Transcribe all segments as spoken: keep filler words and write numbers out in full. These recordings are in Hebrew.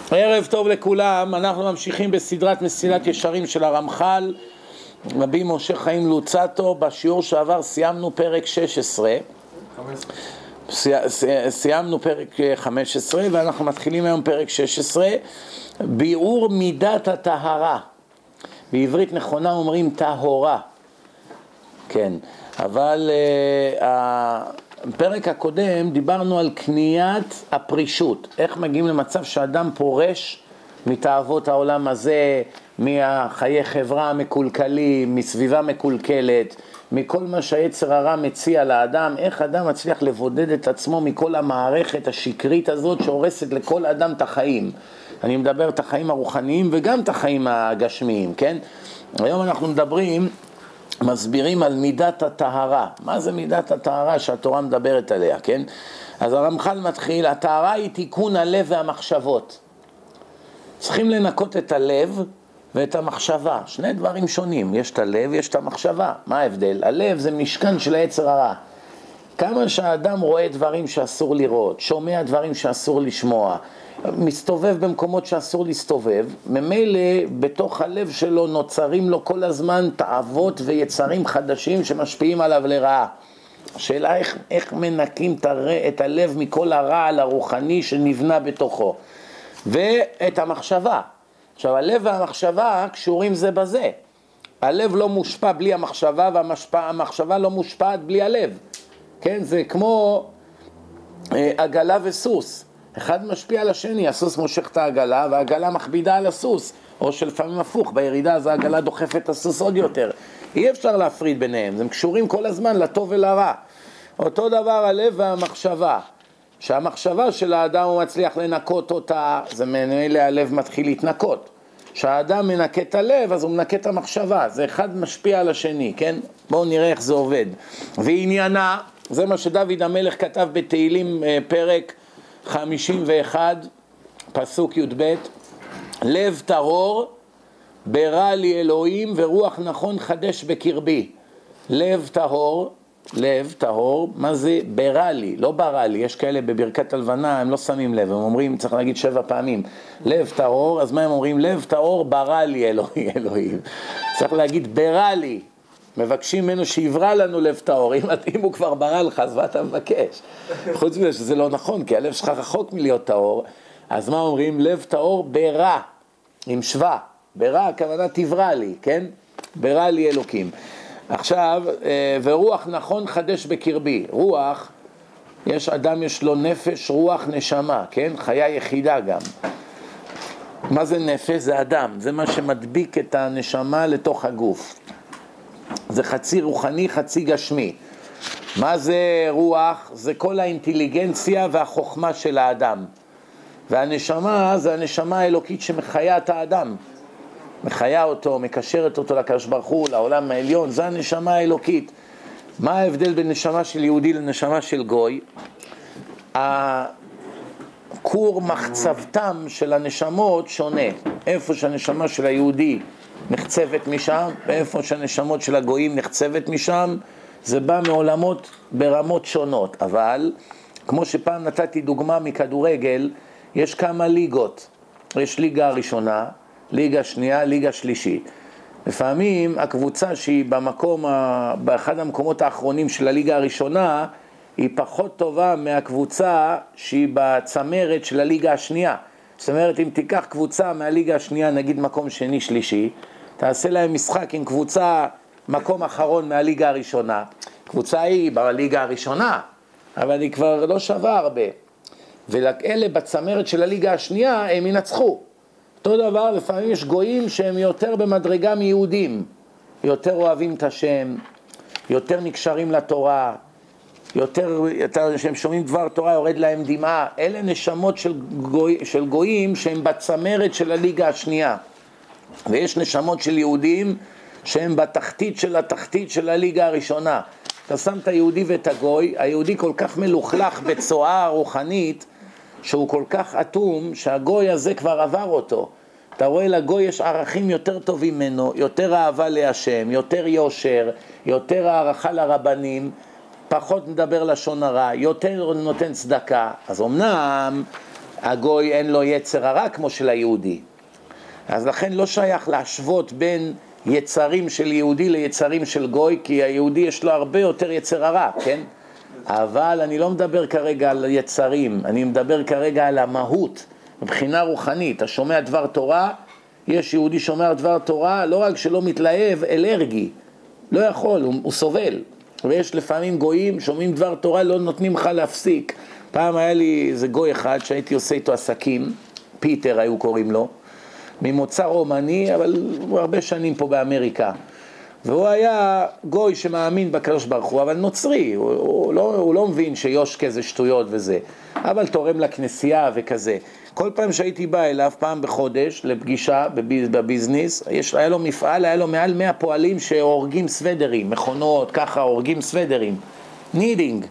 ערב טוב לכולם, אנחנו ממשיכים בסדרת מסילת ישרים של הרמח"ל, רבי משה חיים לוצאטו. בשיעור שעבר סיימנו פרק שש עשרה, סיימנו פרק חמש עשרה ואנחנו מתחילים היום פרק שש עשרה, ביאור מידת הטהרה. בעברית נכונה אומרים טהורה, כן, אבל uh, הפרק הקודם דיברנו על קניית הפרישות, איך מגיעים למצב שאדם פורש מתאוות העולם הזה, מהחיי חברה מקולקלים, מסביבה מקולקלת, מכל מה שהיצר הרע מציע לאדם, איך אדם מצליח לבודד את עצמו מכל המערכת השקרית הזאת שהורסת לכל אדם את החיים. אני מדבר את החיים הרוחניים וגם את החיים הגשמיים, כן? היום אנחנו מדברים, מסבירים על מידת הטהרה. מה זה מידת הטהרה שהתורה מדברת עליה, כן? אז הרמח"ל מתחיל, הטהרה היא תיקון הלב והמחשבות. צריכים לנקות את הלב ואת המחשבה, שני דברים שונים, יש את הלב, יש את המחשבה. מה ההבדל? הלב זה משכן של היצר הרע. כמה שהאדם רואה דברים שאסור לראות, שומע דברים שאסור לשמוע, מסתובב במקומות שאסור להסתובב, ממילא בתוך הלב שלו נוצרים לו כל הזמן תאוות ויצרים חדשים שמשפיעים עליו לרעה. השאלה איך, איך מנקים את הלב מכל הרעל הרוחני שנבנה בתוכו. ואת המחשבה. עכשיו הלב והמחשבה קשורים זה בזה. הלב לא מושפע בלי המחשבה והמחשבה לא מושפעת בלי הלב. כן, זה כמו אה, עגלה וסוס. אחד משפיע על השני, הסוס מושך את העגלה והעגלה מכבידה על הסוס, או שלפעמים הפוך, בירידה אז העגלה דוחפת את הסוס עוד יותר. אי אפשר להפריד ביניהם, הם קשורים כל הזמן לטוב ולרע. אותו דבר הלב והמחשבה, שהמחשבה של האדם הוא מצליח לנקות אותה, זה ממילא הלב מתחיל להתנקות. כשהאדם מנקה את הלב אז הוא מנקה את המחשבה, זה אחד משפיע על השני, כן? בואו נראה איך זה עובד. ועניינה, זה מה שדוד המלך כתב בתהילים פרק חמישים ואחת, פסוק י' ב', לב טהור ברא לי אלוהים ורוח נכון חדש בקרבי. לב טהור, לב טהור, מה זה ברא לי? לא ברא לי, יש כאלה בברכת הלבנה, הם לא שמים לב, הם אומרים, צריך להגיד שבע פעמים, לב טהור, אז מה הם אומרים? לב טהור ברא לי אלוהים, אלוהים. צריך להגיד ברא לי. מבקשים ממנו שיברא לנו לב טהור, אם, אם הוא כבר ברא לך, אז מה אתה מבקש? חוץ מזה שזה לא נכון, כי הלב שלך רחוק מלהיות טהור, אז מה אומרים? לב טהור ברא, עם שווה, ברא, הכוונה תברא לי, כן? ברא לי אלוקים. עכשיו, ורוח נכון חדש בקרבי, רוח, יש אדם יש לו נפש, רוח, נשמה, כן? חיה יחידה גם. מה זה נפש? זה אדם, זה מה שמדביק את הנשמה לתוך הגוף. זה חצי רוחני, חצי גשמי. מה זה רוח? זה כל האינטליגנציה והחוכמה של האדם. והנשמה זה הנשמה האלוקית שמחיה את האדם. מחיה אותו, מקשרת אותו לקדוש ברוך הוא, לעולם העליון, זה הנשמה האלוקית. מה ההבדל בין נשמה של יהודי לנשמה של גוי? הכור מחצבתם של הנשמות שונה. איפה שהנשמה של היהודי נחצבת משם, ואיפה שהנשמות של הגויים נחצבת משם, זה בא מעולמות ברמות שונות. אבל, כמו שפעם נתתי דוגמה מכדורגל, יש כמה ליגות. יש ליגה הראשונה, ליגה שנייה, ליגה שלישית. לפעמים הקבוצה שהיא במקום, באחד המקומות האחרונים של הליגה הראשונה, היא פחות טובה מהקבוצה שהיא בצמרת של הליגה השנייה. זאת אומרת, אם תיקח קבוצה מהליגה השנייה, נגיד מקום שני שלישי, תעשה להם משחק עם קבוצה מקום אחרון מהליגה הראשונה. קבוצה היא בליגה הראשונה, אבל היא כבר לא שווה הרבה. ואלה בצמרת של הליגה השנייה הם ינצחו. אותו דבר, לפעמים יש גויים שהם יותר במדרגה מיהודים, יותר אוהבים את השם, יותר נקשרים לתורה, יותר, יותר שהם שומעים דבר תורה, יורד להם דמעה. אלה נשמות של, גוי, של גויים שהם בצמרת של הליגה השנייה. ויש נשמות של יהודים שהם בתחתית של התחתית של הליגה הראשונה. אתה שם את היהודי ואת הגוי, היהודי כל כך מלוכלך בצועה רוחנית, שהוא כל כך אטום, שהגוי הזה כבר עבר אותו. אתה רואה לגוי יש ערכים יותר טובים ממנו, יותר אהבה להשם, יותר יושר, יותר הערכה לרבנים, פחות מדבר לשון הרע, יותר נותן צדקה. אז אמנם הגוי אין לו יצר הרע כמו של היהודי. אז לכן לא שייך להשוות בין יצרים של יהודי ליצרים של גוי, כי היהודי יש לו הרבה יותר יצר הרע, כן? אבל אני לא מדבר כרגע על יצרים, אני מדבר כרגע על המהות, מבחינה רוחנית. אתה שומע דבר תורה, יש יהודי שומע דבר תורה, לא רק שלא מתלהב, אלרגי, לא יכול, הוא, הוא סובל. ויש לפעמים גויים, שומעים דבר תורה, לא נותנים לך להפסיק. פעם היה לי איזה גוי אחד שהייתי עושה איתו עסקים, פיטר היו קוראים לו, ממוצא רומני, אבל הוא הרבה שנים פה באמריקה. והוא היה גוי שמאמין בקדוש ברוך הוא, אבל נוצרי, הוא, הוא, לא, הוא לא מבין שיוש כזה שטויות וזה, אבל תורם לכנסייה וכזה. כל פעם שהייתי בא אליו, פעם בחודש, לפגישה בביזנס, יש, היה לו מפעל, היה לו מעל מאה פועלים שהורגים סוודרים, מכונות, ככה, הורגים סוודרים, נידינג.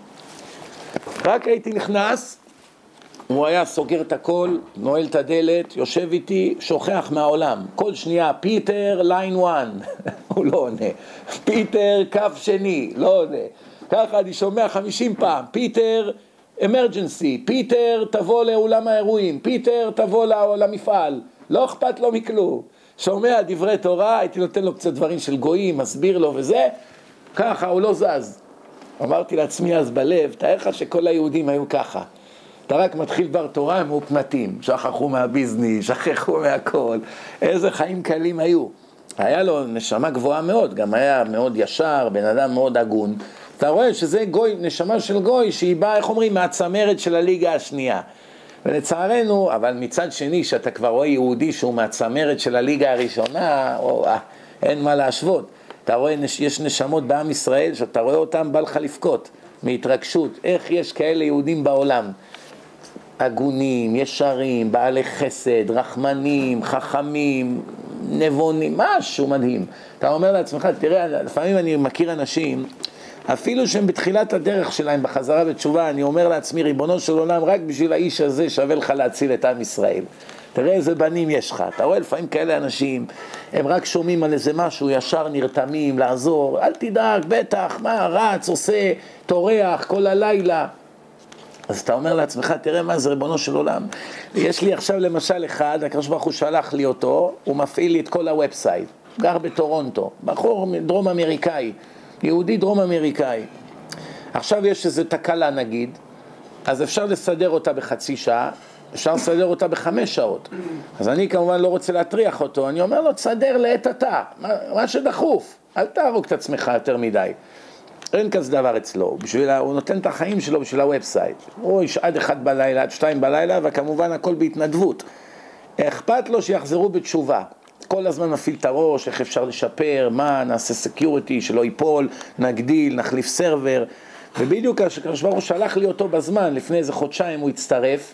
רק הייתי נכנס, הוא היה סוגר את הכל, נועל את הדלת, יושב איתי, שוכח מהעולם. כל שנייה, פיטר, ליין וואן, הוא לא עונה. פיטר, קו שני, לא עונה. ככה אני שומע חמישים פעם, פיטר, אמרג'נסי, פיטר, תבוא לאולם האירועים, פיטר, תבוא למפעל, לא אכפת לו מכלום. שומע דברי תורה, הייתי נותן לו קצת דברים של גויים, מסביר לו וזה, ככה, הוא לא זז. אמרתי לעצמי אז בלב, תאר לך שכל היהודים היו ככה. אתה רק מתחיל דבר תורה, הם מופנתים, שכחו מהביזנס, שכחו מהכל, איזה חיים קלים היו. היה לו נשמה גבוהה מאוד, גם היה מאוד ישר, בן אדם מאוד הגון. אתה רואה שזה גוי, נשמה של גוי, שהיא באה, איך אומרים, מהצמרת של הליגה השנייה. ולצערנו, אבל מצד שני, שאתה כבר רואה יהודי שהוא מהצמרת של הליגה הראשונה, או, אה, אין מה להשוות. אתה רואה, יש נשמות בעם ישראל, שאתה רואה אותם בא לך לבכות, מהתרגשות. איך יש כאלה יהודים בעולם? הגונים, ישרים, בעלי חסד, רחמנים, חכמים, נבונים, משהו מדהים. אתה אומר לעצמך, תראה, לפעמים אני מכיר אנשים, אפילו שהם בתחילת הדרך שלהם בחזרה בתשובה, אני אומר לעצמי, ריבונו של עולם, רק בשביל האיש הזה שווה לך להציל את עם ישראל. תראה איזה בנים יש לך. אתה רואה לפעמים כאלה אנשים, הם רק שומעים על איזה משהו, ישר נרתמים, לעזור, אל תדאג, בטח, מה, רץ, עושה, תורח כל הלילה. אז אתה אומר לעצמך, תראה מה זה ריבונו של עולם. יש לי עכשיו למשל אחד, הקדוש ברוך הוא שלח לי אותו, הוא מפעיל לי את כל הוובסייט, גר בטורונטו, בחור דרום אמריקאי, יהודי דרום אמריקאי. עכשיו יש איזו תקלה נגיד, אז אפשר לסדר אותה בחצי שעה, אפשר לסדר אותה בחמש שעות. אז אני כמובן לא רוצה להטריח אותו, אני אומר לו, תסדר לעת אתה, מה, מה שדחוף, אל תהרוג את עצמך יותר מדי. אין כזה דבר אצלו, בשביל, הוא נותן את החיים שלו בשביל הוובסייט. הוא יש עד אחד בלילה, עד שתיים בלילה, וכמובן הכל בהתנדבות. אכפת לו שיחזרו בתשובה. כל הזמן מפעיל את הראש, איך אפשר לשפר, מה, נעשה סקיוריטי, שלא ייפול, נגדיל, נחליף סרבר. ובדיוק הקדוש ברוך הוא שלח לי אותו בזמן, לפני איזה חודשיים הוא הצטרף.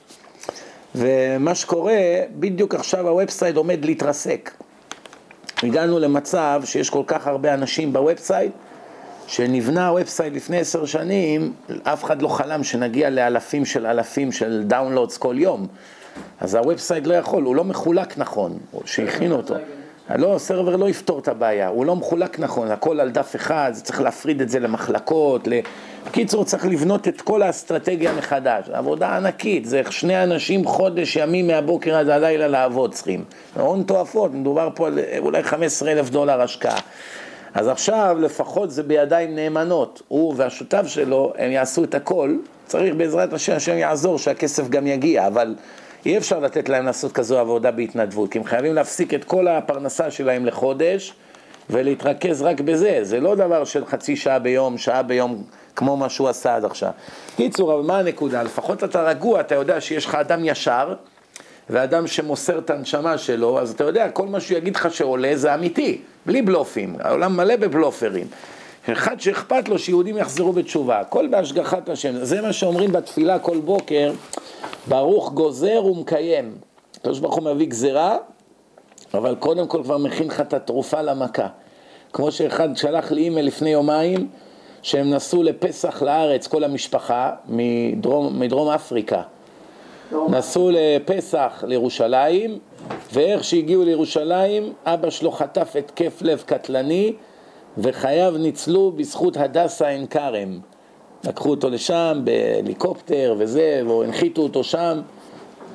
ומה שקורה, בדיוק עכשיו הוובסייט עומד להתרסק. הגענו למצב שיש כל כך הרבה אנשים בוובסייט, שנבנה הוובסייט לפני עשר שנים, אף אחד לא חלם שנגיע לאלפים של אלפים של דאונלודס כל יום. אז הוובסייט לא יכול, הוא לא מחולק נכון, שהכינו אותו. לא, סרבר לא יפתור את הבעיה, הוא לא מחולק נכון, הכל על דף אחד, צריך להפריד את זה למחלקות, בקיצור צריך לבנות את כל האסטרטגיה מחדש, עבודה ענקית, זה שני אנשים חודש ימים מהבוקר עד הלילה לעבוד צריכים, הון תועפות, מדובר פה על אולי חמישה עשר אלף דולר השקעה. אז עכשיו לפחות זה בידיים נאמנות, הוא והשותף שלו הם יעשו את הכל, צריך בעזרת השם, השם יעזור שהכסף גם יגיע, אבל אי אפשר לתת להם לעשות כזו עבודה בהתנדבות, כי הם חייבים להפסיק את כל הפרנסה שלהם לחודש, ולהתרכז רק בזה, זה לא דבר של חצי שעה ביום, שעה ביום, כמו מה שהוא עשה עד עכשיו. קיצור, אבל מה הנקודה? לפחות אתה רגוע, אתה יודע שיש לך אדם ישר, ואדם שמוסר את הנשמה שלו, אז אתה יודע, כל מה שהוא יגיד לך שעולה זה אמיתי, בלי בלופים, העולם מלא בבלופרים. אחד שאכפת לו שיהודים יחזרו בתשובה, הכל בהשגחת השם, זה מה שאומרים בתפילה כל בוקר, ברוך גוזר ומקיים. הקדוש ברוך הוא מביא גזרה, אבל קודם כל כבר מכין לך את התרופה למכה. כמו שאחד שלח לי אימייל לפני יומיים, שהם נסעו לפסח לארץ, כל המשפחה, מדרום, מדרום אפריקה. נסעו לפסח לירושלים, ואיך שהגיעו לירושלים, אבא שלו חטף התקף לב קטלני, וחייו ניצלו בזכות הדסה עין כרם. לקחו אותו לשם בהליקופטר וזה, והנחיתו אותו שם,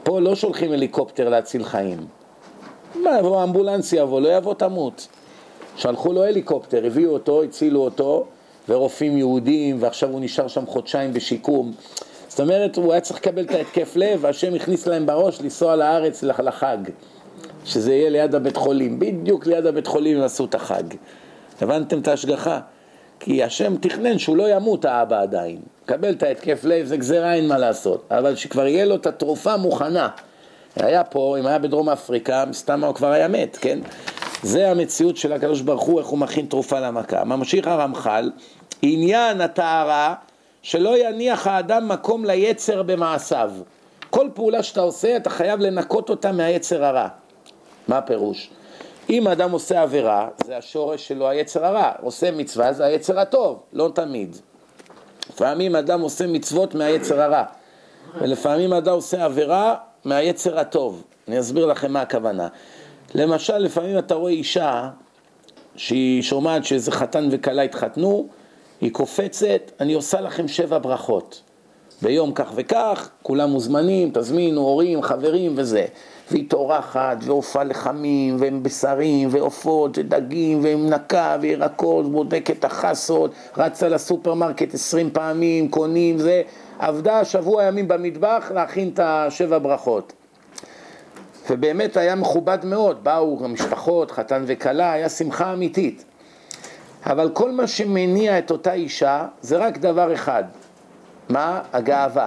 פה לא שולחים הליקופטר להציל חיים. מה, יבוא אמבולנס יבוא, לא יבוא תמות. שלחו לו הליקופטר, הביאו אותו, הצילו אותו, ורופאים יהודים, ועכשיו הוא נשאר שם חודשיים בשיקום. זאת אומרת, הוא היה צריך לקבל את ההתקף לב, והשם הכניס להם בראש לנסוע לארץ לחג, שזה יהיה ליד הבית חולים. בדיוק ליד הבית חולים הם עשו את החג. הבנתם את ההשגחה? כי השם תכנן שהוא לא ימות האבא עדיין. קבל את ההתקף לב, זה גזרה, אין מה לעשות. אבל שכבר יהיה לו את התרופה מוכנה. היה פה, אם היה בדרום אפריקה, מסתם הוא כבר היה מת, כן? זה המציאות של הקדוש ברוך הוא, איך הוא מכין תרופה למכה. ממשיך הרמח"ל, עניין הטהרה, שלא יניח האדם מקום ליצר במעשיו. כל פעולה שאתה עושה, אתה חייב לנקות אותה מהיצר הרע. מה הפירוש? אם האדם עושה עבירה, זה השורש שלו היצר הרע. עושה מצווה, זה היצר הטוב, לא תמיד. לפעמים אדם עושה מצוות מהיצר הרע, ולפעמים אדם עושה עבירה מהיצר הטוב. אני אסביר לכם מה הכוונה. למשל, לפעמים אתה רואה אישה שהיא שומעת שאיזה חתן וכלה התחתנו, היא קופצת, אני עושה לכם שבע ברכות. ביום כך וכך, כולם מוזמנים, תזמינו, הורים, חברים וזה. והיא תורחת, ועופה לחמים, והם בשרים, ועופות, ודגים, והם נקה, וירקות, בודקת החסות, רצה לסופרמרקט עשרים פעמים, קונים, זה. עבדה שבוע ימים במטבח להכין את השבע ברכות. ובאמת היה מכובד מאוד, באו המשפחות, חתן וכלה, היה שמחה אמיתית. אבל כל מה שמניע את אותה אישה זה רק דבר אחד. מה? הגאווה.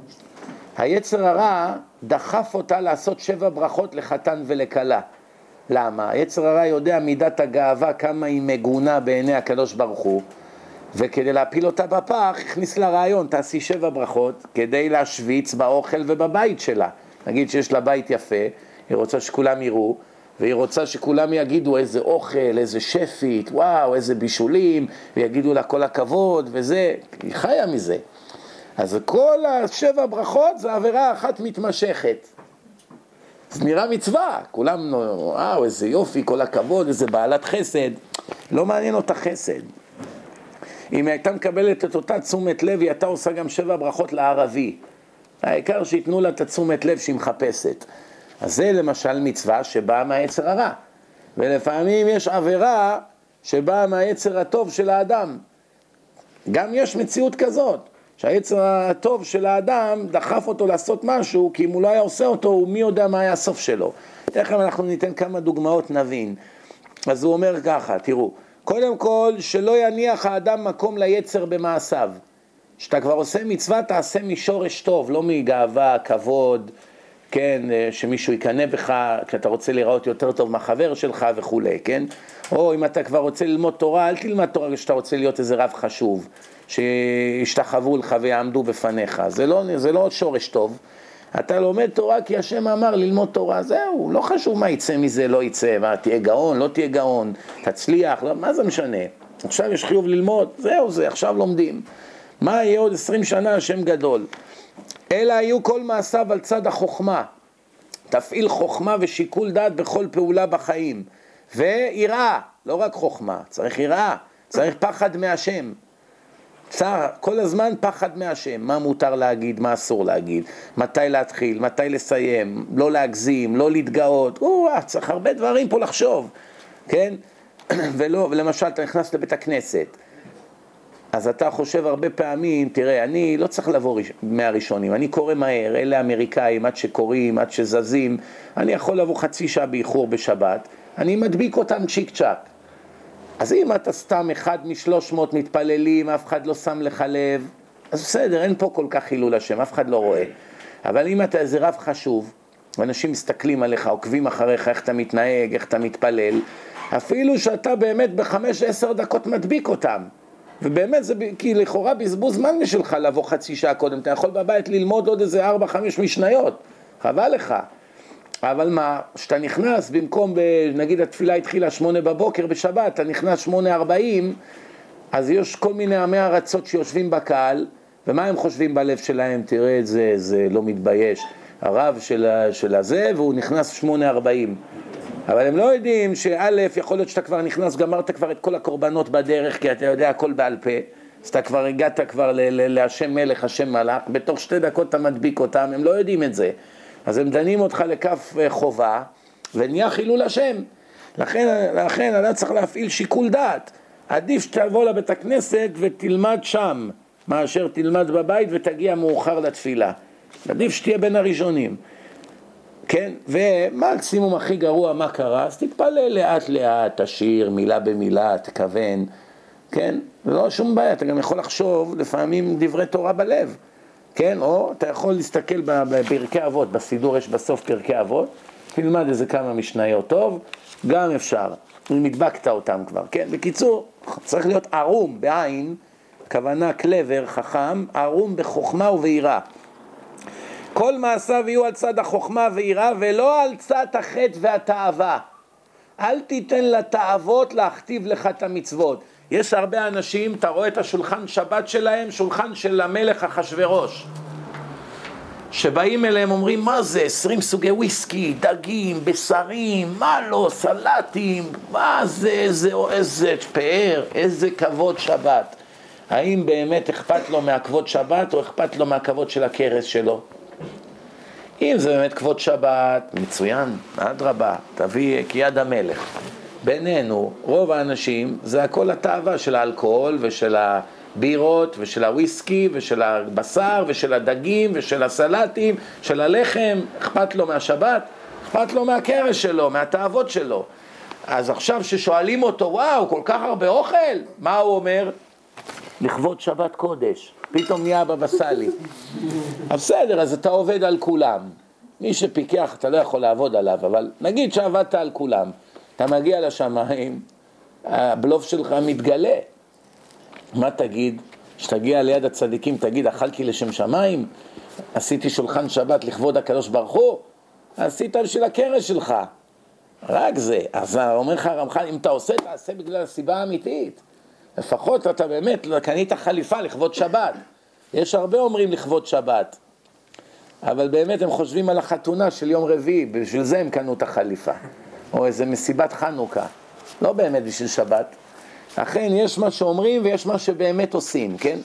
היצר הרע דחף אותה לעשות שבע ברכות לחתן ולכלה. למה? היצר הרע יודע מידת הגאווה כמה היא מגונה בעיני הקדוש ברוך הוא, וכדי להפיל אותה בפח הכניס לה רעיון, תעשי שבע ברכות כדי להשוויץ באוכל ובבית שלה. נגיד שיש לה בית יפה, היא רוצה שכולם יראו, והיא רוצה שכולם יגידו איזה אוכל, איזה שפית, וואו, איזה בישולים, ויגידו לה כל הכבוד וזה, היא חיה מזה. אז כל השבע ברכות זה עבירה אחת מתמשכת. זה נראה מצווה, כולם, וואו, איזה יופי, כל הכבוד, איזה בעלת חסד. לא מעניין אותה חסד. אם הייתה מקבלת את אותה תשומת לב, היא הייתה עושה גם שבע ברכות לערבי. העיקר שיתנו לה את תשומת לב שהיא מחפשת. אז זה למשל מצווה שבאה מהיצר הרע. ולפעמים יש עבירה שבאה מהיצר הטוב של האדם. גם יש מציאות כזאת, שהיצר הטוב של האדם דחף אותו לעשות משהו, כי אם הוא לא היה עושה אותו, מי יודע מה היה הסוף שלו. תכף אנחנו ניתן כמה דוגמאות נבין. אז הוא אומר ככה, תראו, קודם כל שלא יניח האדם מקום ליצר במעשיו. שאתה כבר עושה מצווה, תעשה משורש טוב, לא מגאווה, כבוד, כן, שמישהו יקנה בך, כי אתה רוצה לראות יותר טוב מהחבר שלך וכו', כן? או אם אתה כבר רוצה ללמוד תורה, אל תלמד תורה כשאתה רוצה להיות איזה רב חשוב, שישתחוו לך ויעמדו בפניך. זה לא, זה לא שורש טוב. אתה לומד תורה כי השם אמר ללמוד תורה, זהו, לא חשוב מה יצא מזה, לא יצא, מה, תהיה גאון, לא תהיה גאון, תצליח, לא, מה זה משנה? עכשיו יש חיוב ללמוד, זהו זה, עכשיו לומדים. מה יהיה עוד עשרים שנה, השם גדול. אלא היו כל מעשיו על צד החוכמה. תפעיל חוכמה ושיקול דעת בכל פעולה בחיים. ויראה, לא רק חוכמה, צריך יראה, צריך פחד מהשם. צער, כל הזמן פחד מהשם, מה מותר להגיד, מה אסור להגיד, מתי להתחיל, מתי לסיים, לא להגזים, לא להתגאות, וואו, צריך הרבה דברים פה לחשוב, כן? ולא, ולמשל, אתה נכנס לבית הכנסת, אז אתה חושב הרבה פעמים, תראה, אני לא צריך לבוא מהראשונים, אני קורא מהר, אלה האמריקאים, עד שקוראים, עד שזזים, אני יכול לבוא חצי שעה באיחור בשבת, אני מדביק אותם צ'יק צ'ק. אז אם אתה סתם אחד משלוש מאות מתפללים, אף אחד לא שם לך לב, אז בסדר, אין פה כל כך חילול השם, אף אחד לא רואה. אבל אם אתה איזה רב חשוב, ואנשים מסתכלים עליך, עוקבים אחריך, איך אתה מתנהג, איך אתה מתפלל, אפילו שאתה באמת בחמש עשר דקות מדביק אותם. ובאמת זה כי לכאורה בזבוז זמן משלך לבוא חצי שעה קודם, אתה יכול בבית ללמוד עוד איזה ארבע חמש משניות, חבל לך. אבל מה, שאתה נכנס במקום, נגיד התפילה התחילה שמונה בבוקר בשבת, אתה נכנס שמונה ארבעים, אז יש כל מיני עמי ארצות שיושבים בקהל, ומה הם חושבים בלב שלהם? תראה את זה, זה לא מתבייש. הרב של, של הזה, והוא נכנס שמונה ארבעים. אבל הם לא יודעים שא' יכול להיות שאתה כבר נכנס, גמרת כבר את כל הקורבנות בדרך, כי אתה יודע הכל בעל פה, אז אתה כבר הגעת כבר להשם מלך, השם מלך, בתוך שתי דקות אתה מדביק אותם, הם לא יודעים את זה. אז הם דנים אותך לכף חובה, ונהיה חילול השם. לכן, לכן אתה צריך להפעיל שיקול דעת. עדיף שתבוא לבית הכנסת ותלמד שם, מאשר תלמד בבית ותגיע מאוחר לתפילה. עדיף שתהיה בין הראשונים. כן? ומקסימום הכי גרוע מה קרה? אז תתפלל לאט לאט, תשיר, מילה במילה, תכוון. כן? לא שום בעיה, אתה גם יכול לחשוב לפעמים דברי תורה בלב. כן? או אתה יכול להסתכל בפרקי אבות, בסידור יש בסוף פרקי אבות, תלמד איזה כמה משניות טוב, גם אפשר, אם הדבקת אותם כבר, כן? בקיצור, צריך להיות ערום בעין, כוונה קלבר, חכם, ערום בחוכמה וביראה. כל מעשיו יהיו על צד החוכמה ויראה, ולא על צד החטא והתאווה. אל תיתן לתאוות להכתיב לך את המצוות. יש הרבה אנשים, אתה רואה את השולחן שבת שלהם, שולחן של המלך אחשוורוש. שבאים אליהם אומרים, מה זה? עשרים סוגי וויסקי, דגים, בשרים, מה לא, סלטים, מה זה, איזה, איזה פאר, איזה כבוד שבת. האם באמת אכפת לו מהכבוד שבת, או אכפת לו מהכבוד של הכרס שלו? אם זה באמת כבוד שבת, מצוין, אדרבה, תביא כיד המלך. בינינו, רוב האנשים, זה הכל התאווה של האלכוהול ושל הבירות ושל הוויסקי ושל הבשר ושל הדגים ושל הסלטים, של הלחם. אכפת לו מהשבת, אכפת לו מהכרס שלו, מהתאוות שלו. אז עכשיו ששואלים אותו, וואו, כל כך הרבה אוכל, מה הוא אומר? לכבוד שבת קודש, פתאום נהיה בבא סאלי. אז בסדר, אז אתה עובד על כולם. מי שפיקח אתה לא יכול לעבוד עליו, אבל נגיד שעבדת על כולם. אתה מגיע לשמיים, הבלוף שלך מתגלה. מה תגיד? שתגיע ליד הצדיקים, תגיד, אכלתי לשם שמיים? עשיתי שולחן שבת לכבוד הקדוש ברוך הוא? עשית בשביל הכרס שלך. רק זה. אז אומר לך רמח"ל, אם אתה עושה, תעשה בגלל הסיבה האמיתית. לפחות אתה באמת קנית חליפה לכבוד שבת. יש הרבה אומרים לכבוד שבת. אבל באמת הם חושבים על החתונה של יום רביעי, בשביל זה הם קנו את החליפה. או איזה מסיבת חנוכה, לא באמת בשביל שבת. אכן יש מה שאומרים ויש מה שבאמת עושים, כן?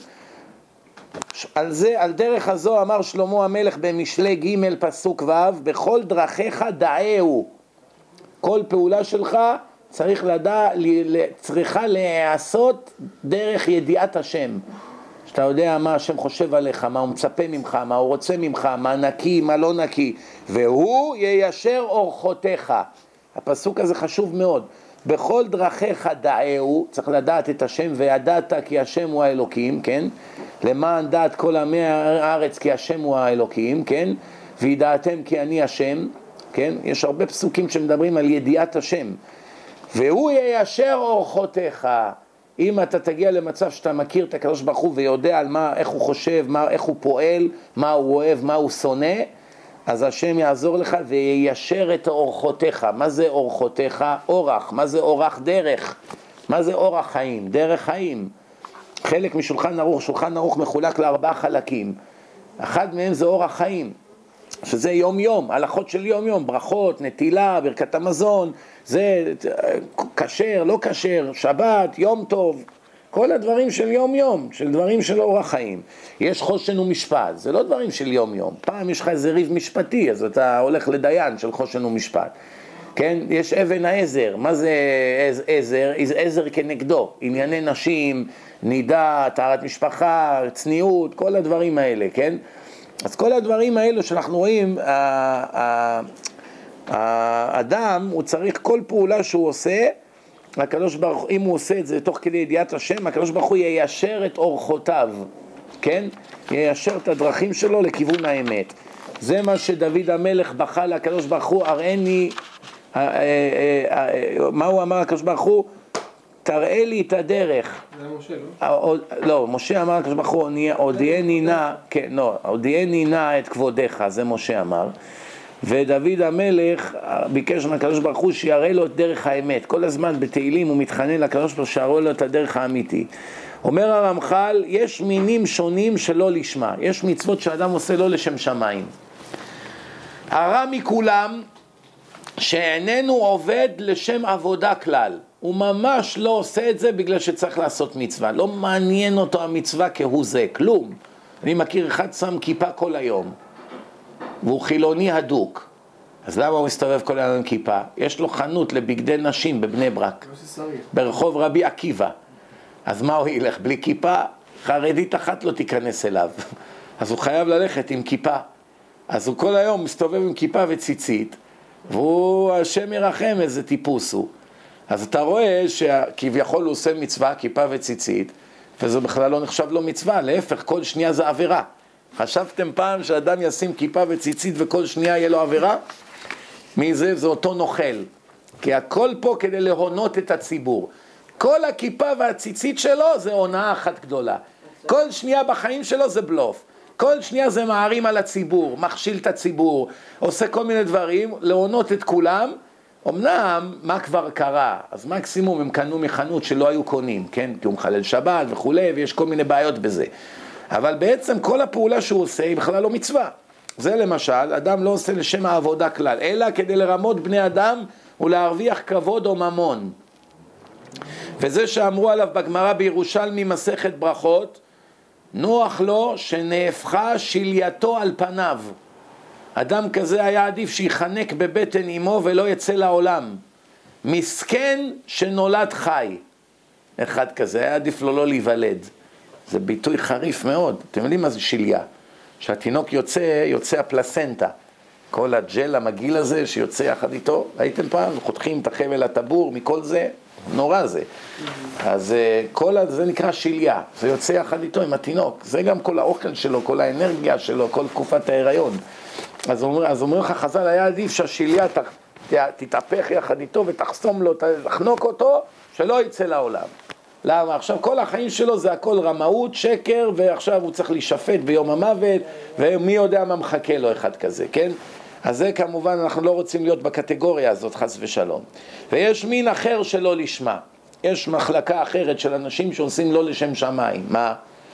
על זה, על דרך הזו אמר שלמה המלך במשלי ג' פסוק ו', בכל דרכיך דעהו. כל פעולה שלך צריך לדע, צריכה להיעשות דרך ידיעת השם. שאתה יודע מה השם חושב עליך, מה הוא מצפה ממך, מה הוא רוצה ממך, מה נקי, מה לא נקי. והוא יישר אורחותיך. הפסוק הזה חשוב מאוד. בכל דרכיך דעהו, צריך לדעת את השם, וידעת כי השם הוא האלוקים, כן? למען דעת כל עמי הארץ כי השם הוא האלוקים, כן? וידעתם כי אני השם, כן? יש הרבה פסוקים שמדברים על ידיעת השם. והוא יישר אורחותיך. אם אתה תגיע למצב שאתה מכיר את הקדוש ברוך הוא ויודע על מה, איך הוא חושב, מה, איך הוא פועל, מה הוא אוהב, מה הוא שונא, אז השם יעזור לך ויישר את אורחותיך. מה זה אורחותיך? אורח. מה זה אורח? דרך. מה זה אורח חיים? דרך חיים. חלק משולחן ערוך, שולחן ערוך מחולק לארבעה חלקים. אחד מהם זה אורח חיים, שזה יום יום, הלכות של יום יום, ברכות, נטילה, ברכת המזון, זה כשר, לא כשר, שבת, יום טוב, כל הדברים של יום יום, של דברים של אורח חיים. יש חושן ומשפט, זה לא דברים של יום יום. פעם יש לך איזה ריב משפטי, אז אתה הולך לדיין של חושן ומשפט. כן? יש אבן העזר, מה זה עזר? עזר כנגדו, ענייני נשים, נידה, טהרת משפחה, צניעות, כל הדברים האלה, כן? אז כל הדברים האלו שאנחנו רואים, האדם הוא צריך כל פעולה שהוא עושה, הקדוש ברוך הוא, אם הוא עושה את זה תוך כדי ידיעת השם, הקדוש ברוך הוא יישר את אורחותיו, כן? יישר את הדרכים שלו לכיוון האמת. זה מה שדוד המלך בכה לקדוש ברוך הוא, הראני, מה הוא אמר לקדוש ברוך הוא? תראה לי את הדרך. זה משה, לא? לא, משה אמר לקדוש ברוך הוא, הודיעני נא, כן, לא, הודיעני נא את כבודך, זה משה אמר. ודוד המלך ביקש מהקדוש ברוך הוא שיראה לו את דרך האמת. כל הזמן בתהילים הוא מתחנן לקדוש ברוך הוא שיראה לו את הדרך האמיתי. אומר הרמח"ל, יש מינים שונים שלא לשמה. יש מצוות שאדם עושה לא לשם שמיים. הרע מכולם שאיננו עובד לשם עבודה כלל. הוא ממש לא עושה את זה בגלל שצריך לעשות מצווה. לא מעניין אותו המצווה כהוא זה, כלום. אני מכיר אחד שם כיפה כל היום. והוא חילוני הדוק, אז למה הוא מסתובב כל היום עם כיפה? יש לו חנות לבגדי נשים בבני ברק, ברחוב רבי עקיבא. אז מה הוא ילך? בלי כיפה? חרדית אחת לא תיכנס אליו. אז הוא חייב ללכת עם כיפה. אז הוא כל היום מסתובב עם כיפה וציצית, והוא, השם ירחם, איזה טיפוס הוא. אז אתה רואה שכביכול הוא עושה מצווה, כיפה וציצית, וזה בכלל לא נחשב לו מצווה, להפך, כל שנייה זה עבירה. חשבתם פעם שאדם ישים כיפה וציצית וכל שנייה יהיה לו עבירה? מי זה? זה אותו נוכל. כי הכל פה כדי להונות את הציבור. כל הכיפה והציצית שלו זה הונאה אחת גדולה. כל שנייה בחיים שלו זה בלוף. כל שנייה זה מערים על הציבור, מכשיל את הציבור, עושה כל מיני דברים, להונות את כולם. אמנם, מה כבר קרה? אז מקסימום הם קנו מחנות שלא היו קונים, כן? כי הוא מחלל שבת וכו', ויש כל מיני בעיות בזה. אבל בעצם כל הפעולה שהוא עושה היא בכלל לא מצווה. זה למשל, אדם לא עושה לשם העבודה כלל, אלא כדי לרמות בני אדם ולהרוויח כבוד או ממון. וזה שאמרו עליו בגמרא בירושלמי מסכת ברכות, נוח לו שנהפכה שלייתו על פניו. אדם כזה היה עדיף שיחנק בבטן אמו ולא יצא לעולם. מסכן שנולד חי. אחד כזה, היה עדיף לו לא להיוולד. זה ביטוי חריף מאוד. אתם יודעים מה זה שליה? שהתינוק יוצא, יוצא הפלסנטה. כל הג'ל המגיל הזה שיוצא יחד איתו, ראיתם פעם? חותכים את החבל הטבור מכל זה, נורא זה. אז כל זה נקרא שליה, זה יוצא יחד איתו עם התינוק. זה גם כל האוכל שלו, כל האנרגיה שלו, כל תקופת ההיריון. אז אומר, אז אומר לך חז"ל, היה עדיף שהשליה ת, ת, תתהפך יחד איתו ותחסום לו, תחנוק אותו, שלא יצא לעולם. למה? עכשיו כל החיים שלו זה הכל רמאות, שקר, ועכשיו הוא צריך להישפט ביום המוות, ומי יודע מה מחכה לו אחד כזה, כן? אז זה כמובן, אנחנו לא רוצים להיות בקטגוריה הזאת, חס ושלום. ויש מין אחר שלא לשמה. יש מחלקה אחרת של אנשים שעושים לא לשם שמיים. מה?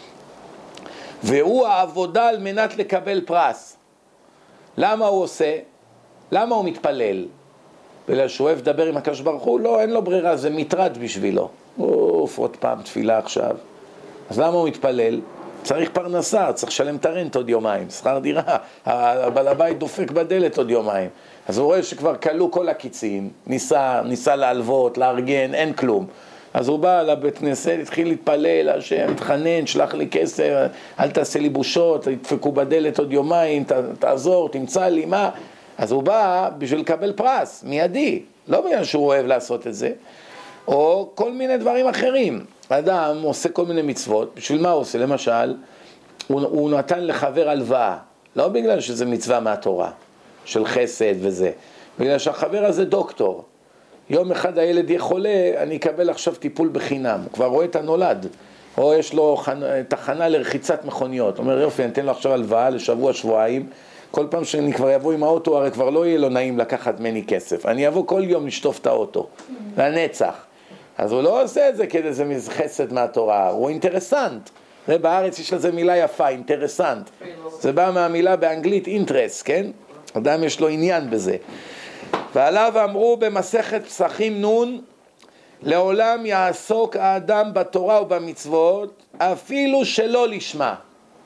והוא העבודה על מנת לקבל פרס. למה הוא עושה? למה הוא מתפלל? בגלל שהוא אוהב לדבר עם הקדוש ברוך הוא? לא, אין לו ברירה, זה מטרד בשבילו. אוף, עוד פעם תפילה עכשיו. אז למה הוא מתפלל? צריך פרנסה, צריך לשלם את הרנט עוד יומיים, שכר דירה, הבעל הבית דופק בדלת עוד יומיים. אז הוא רואה שכבר קלו כל הקיצים, ניסה, ניסה להלוות, לארגן, אין כלום. אז הוא בא לבית כנסת, התחיל להתפלל, השם, תחנן, שלח לי כסף, אל תעשה לי בושות, ידפקו בדלת עוד יומיים, ת, תעזור, תמצא לי, מה? אז הוא בא בשביל לקבל פרס, מיידי, לא בגלל שהוא אוהב לעשות את זה, או כל מיני דברים אחרים. אדם עושה כל מיני מצוות, בשביל מה הוא עושה? למשל, הוא, הוא נתן לחבר הלוואה, לא בגלל שזה מצווה מהתורה, של חסד וזה, בגלל שהחבר הזה דוקטור. יום אחד הילד יהיה חולה, אני אקבל עכשיו טיפול בחינם, הוא כבר רואה את הנולד, או יש לו תחנה לרחיצת מכוניות, הוא אומר יופי, אני אתן לו עכשיו הלוואה לשבוע, שבועיים, כל פעם שאני כבר יבוא עם האוטו, הרי כבר לא יהיה לו נעים לקחת מני כסף, אני אבוא כל יום לשטוף את האוטו, לנצח. אז הוא לא עושה את זה כדי זה חסד מהתורה, הוא אינטרסנט. זה בארץ יש לזה מילה יפה, אינטרסנט. זה בא מהמילה באנגלית אינטרס, כן? אדם יש לו עניין בזה. ועליו אמרו במסכת פסחים נון, לעולם יעסוק האדם בתורה ובמצוות, אפילו שלא לשמה.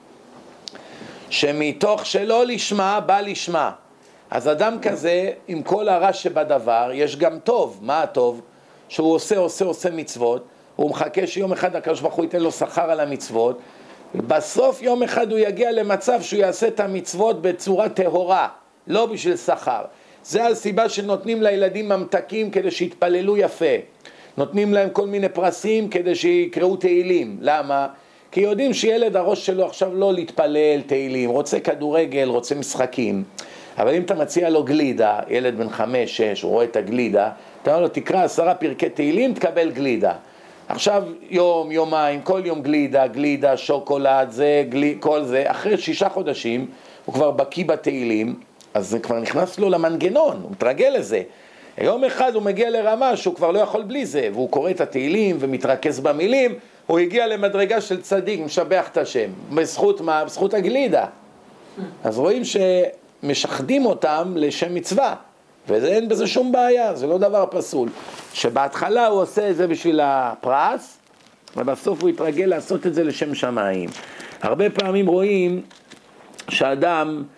שמתוך שלא לשמה בא לשמה. אז אדם כזה, עם כל הרע שבדבר, יש גם טוב. מה הטוב? שהוא עושה, עושה, עושה מצוות, הוא מחכה שיום אחד הקדוש ברוך הוא ייתן לו שכר על המצוות, בסוף יום אחד הוא יגיע למצב שהוא יעשה את המצוות בצורה טהורה, לא בשביל שכר. זה הסיבה שנותנים לילדים ממתקים כדי שיתפללו יפה. נותנים להם כל מיני פרסים כדי שיקראו תהילים. למה? כי יודעים שילד הראש שלו עכשיו לא להתפלל תהילים, רוצה כדורגל, רוצה משחקים. אבל אם אתה מציע לו גלידה, ילד בן חמש, שש, הוא רואה את הגלידה, אתה אומר לו, תקרא עשרה פרקי תהילים, תקבל גלידה. עכשיו יום, יומיים, כל יום גלידה, גלידה, שוקולד, זה, גלי, כל זה. אחרי שישה חודשים, הוא כבר בקיא בתהילים, אז זה כבר נכנס לו למנגנון, הוא מתרגל לזה. יום אחד הוא מגיע לרמה שהוא כבר לא יכול בלי זה, והוא קורא את התהילים ומתרכז במילים, הוא הגיע למדרגה של צדיק, משבח את השם. בזכות מה? בזכות הגלידה. אז רואים שמשחדים אותם לשם מצווה. ואין בזה שום בעיה, זה לא דבר פסול. שבהתחלה הוא עושה את זה בשביל הפרס, ובסוף הוא יתרגל לעשות את זה לשם שמיים. הרבה פעמים רואים שאדם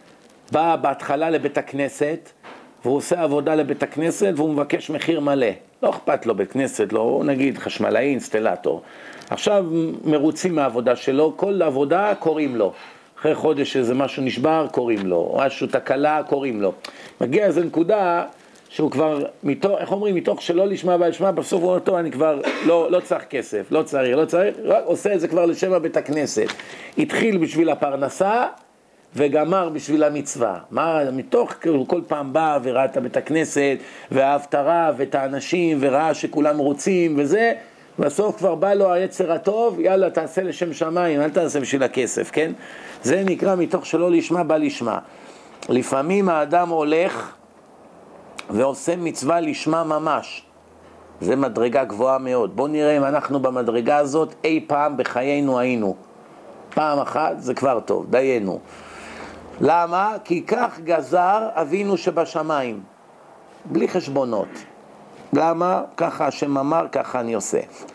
בא בהתחלה לבית הכנסת, והוא עושה עבודה לבית הכנסת, והוא מבקש מחיר מלא. לא אכפת לו בית כנסת, לא נגיד חשמלאי, אינסטלטור. עכשיו מרוצים מהעבודה שלו, כל עבודה קוראים לו. אחרי חודש איזה משהו נשבר, קוראים לו. או משהו תקלה, קוראים לו. מגיע איזו נקודה שהוא כבר, מתוך, איך אומרים, מתוך שלא לשמה ולשמה, בסוף הוא אומר, טוב, אני כבר לא, לא צריך כסף, לא צריך, לא צריך, רק עושה את זה כבר לשם בית הכנסת. התחיל בשביל הפרנסה, וגמר בשביל המצווה. מה, מתוך כל פעם בא וראה את בית הכנסת, וההפטרה, ואת האנשים, וראה שכולם רוצים, וזה, בסוף כבר בא לו היצר הטוב, יאללה, תעשה לשם שמיים, אל תעשה בשביל הכסף, כן? זה נקרא מתוך שלא לשמה, בא לשמה. לפעמים האדם הולך, ועושה מצווה לשמה ממש. זה מדרגה גבוהה מאוד. בואו נראה אם אנחנו במדרגה הזאת אי פעם בחיינו היינו. פעם אחת זה כבר טוב, דיינו. למה? כי כך גזר אבינו שבשמיים. בלי חשבונות. למה? ככה השם אמר, ככה אני עושה.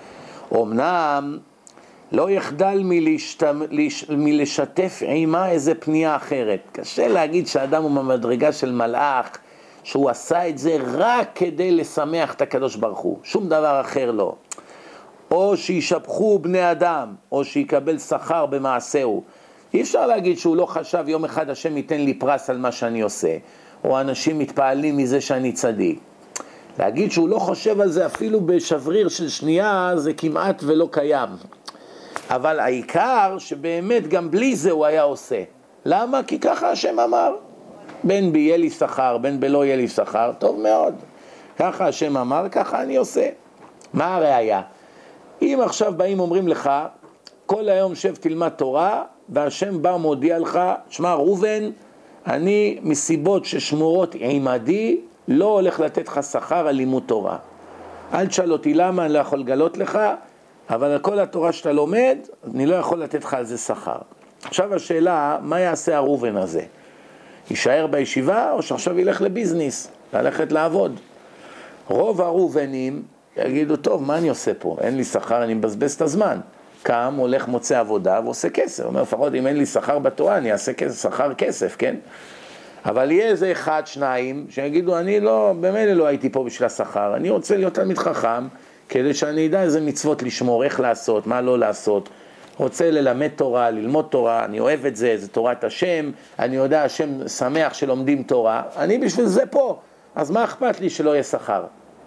אמנם לא יחדל מלשת... מלשתף עימה איזה פנייה אחרת. קשה להגיד שאדם הוא במדרגה של מלאך, שהוא עשה את זה רק כדי לשמח את הקדוש ברוך הוא. שום דבר אחר לא. או שישבחו בני אדם, או שיקבל שכר במעשהו. אי אפשר להגיד שהוא לא חשב יום אחד השם ייתן לי פרס על מה שאני עושה, או אנשים מתפעלים מזה שאני צדיק. להגיד שהוא לא חושב על זה אפילו בשבריר של שנייה, זה כמעט ולא קיים. אבל העיקר שבאמת גם בלי זה הוא היה עושה. למה? כי ככה השם אמר. בין בי יהיה לי שכר, בין בלא יהיה לי שכר, טוב מאוד. ככה השם אמר, ככה אני עושה. מה הראיה? אם עכשיו באים אומרים לך, כל היום שב תלמד תורה, והשם בא מודיע לך, שמע ראובן, אני מסיבות ששמורות עימדי, לא הולך לתת לך שכר על לימוד תורה. אל תשאל אותי למה, אני לא יכול לגלות לך, אבל על כל התורה שאתה לומד, אני לא יכול לתת לך על זה שכר. עכשיו השאלה, מה יעשה הראובן הזה? יישאר בישיבה או שעכשיו ילך לביזניס, ללכת לעבוד? רוב הראובנים יגידו, טוב, מה אני עושה פה? אין לי שכר, אני מבזבז את הזמן. קם, הולך, מוצא עבודה ועושה כסף. אומר, לפחות אם אין לי שכר בתורה, אני אעשה כסף, שכר כסף, כן? אבל יהיה איזה אחד, שניים, שיגידו, אני לא, במילא לא הייתי פה בשביל השכר, אני רוצה להיות תלמיד חכם, כדי שאני אדע איזה מצוות לשמור, איך לעשות, מה לא לעשות. רוצה ללמד תורה, ללמוד תורה, אני אוהב את זה, זה תורת השם, אני יודע, השם שמח שלומדים תורה, אני בשביל זה פה, אז מה אכפת לי שלא יהיה שכר?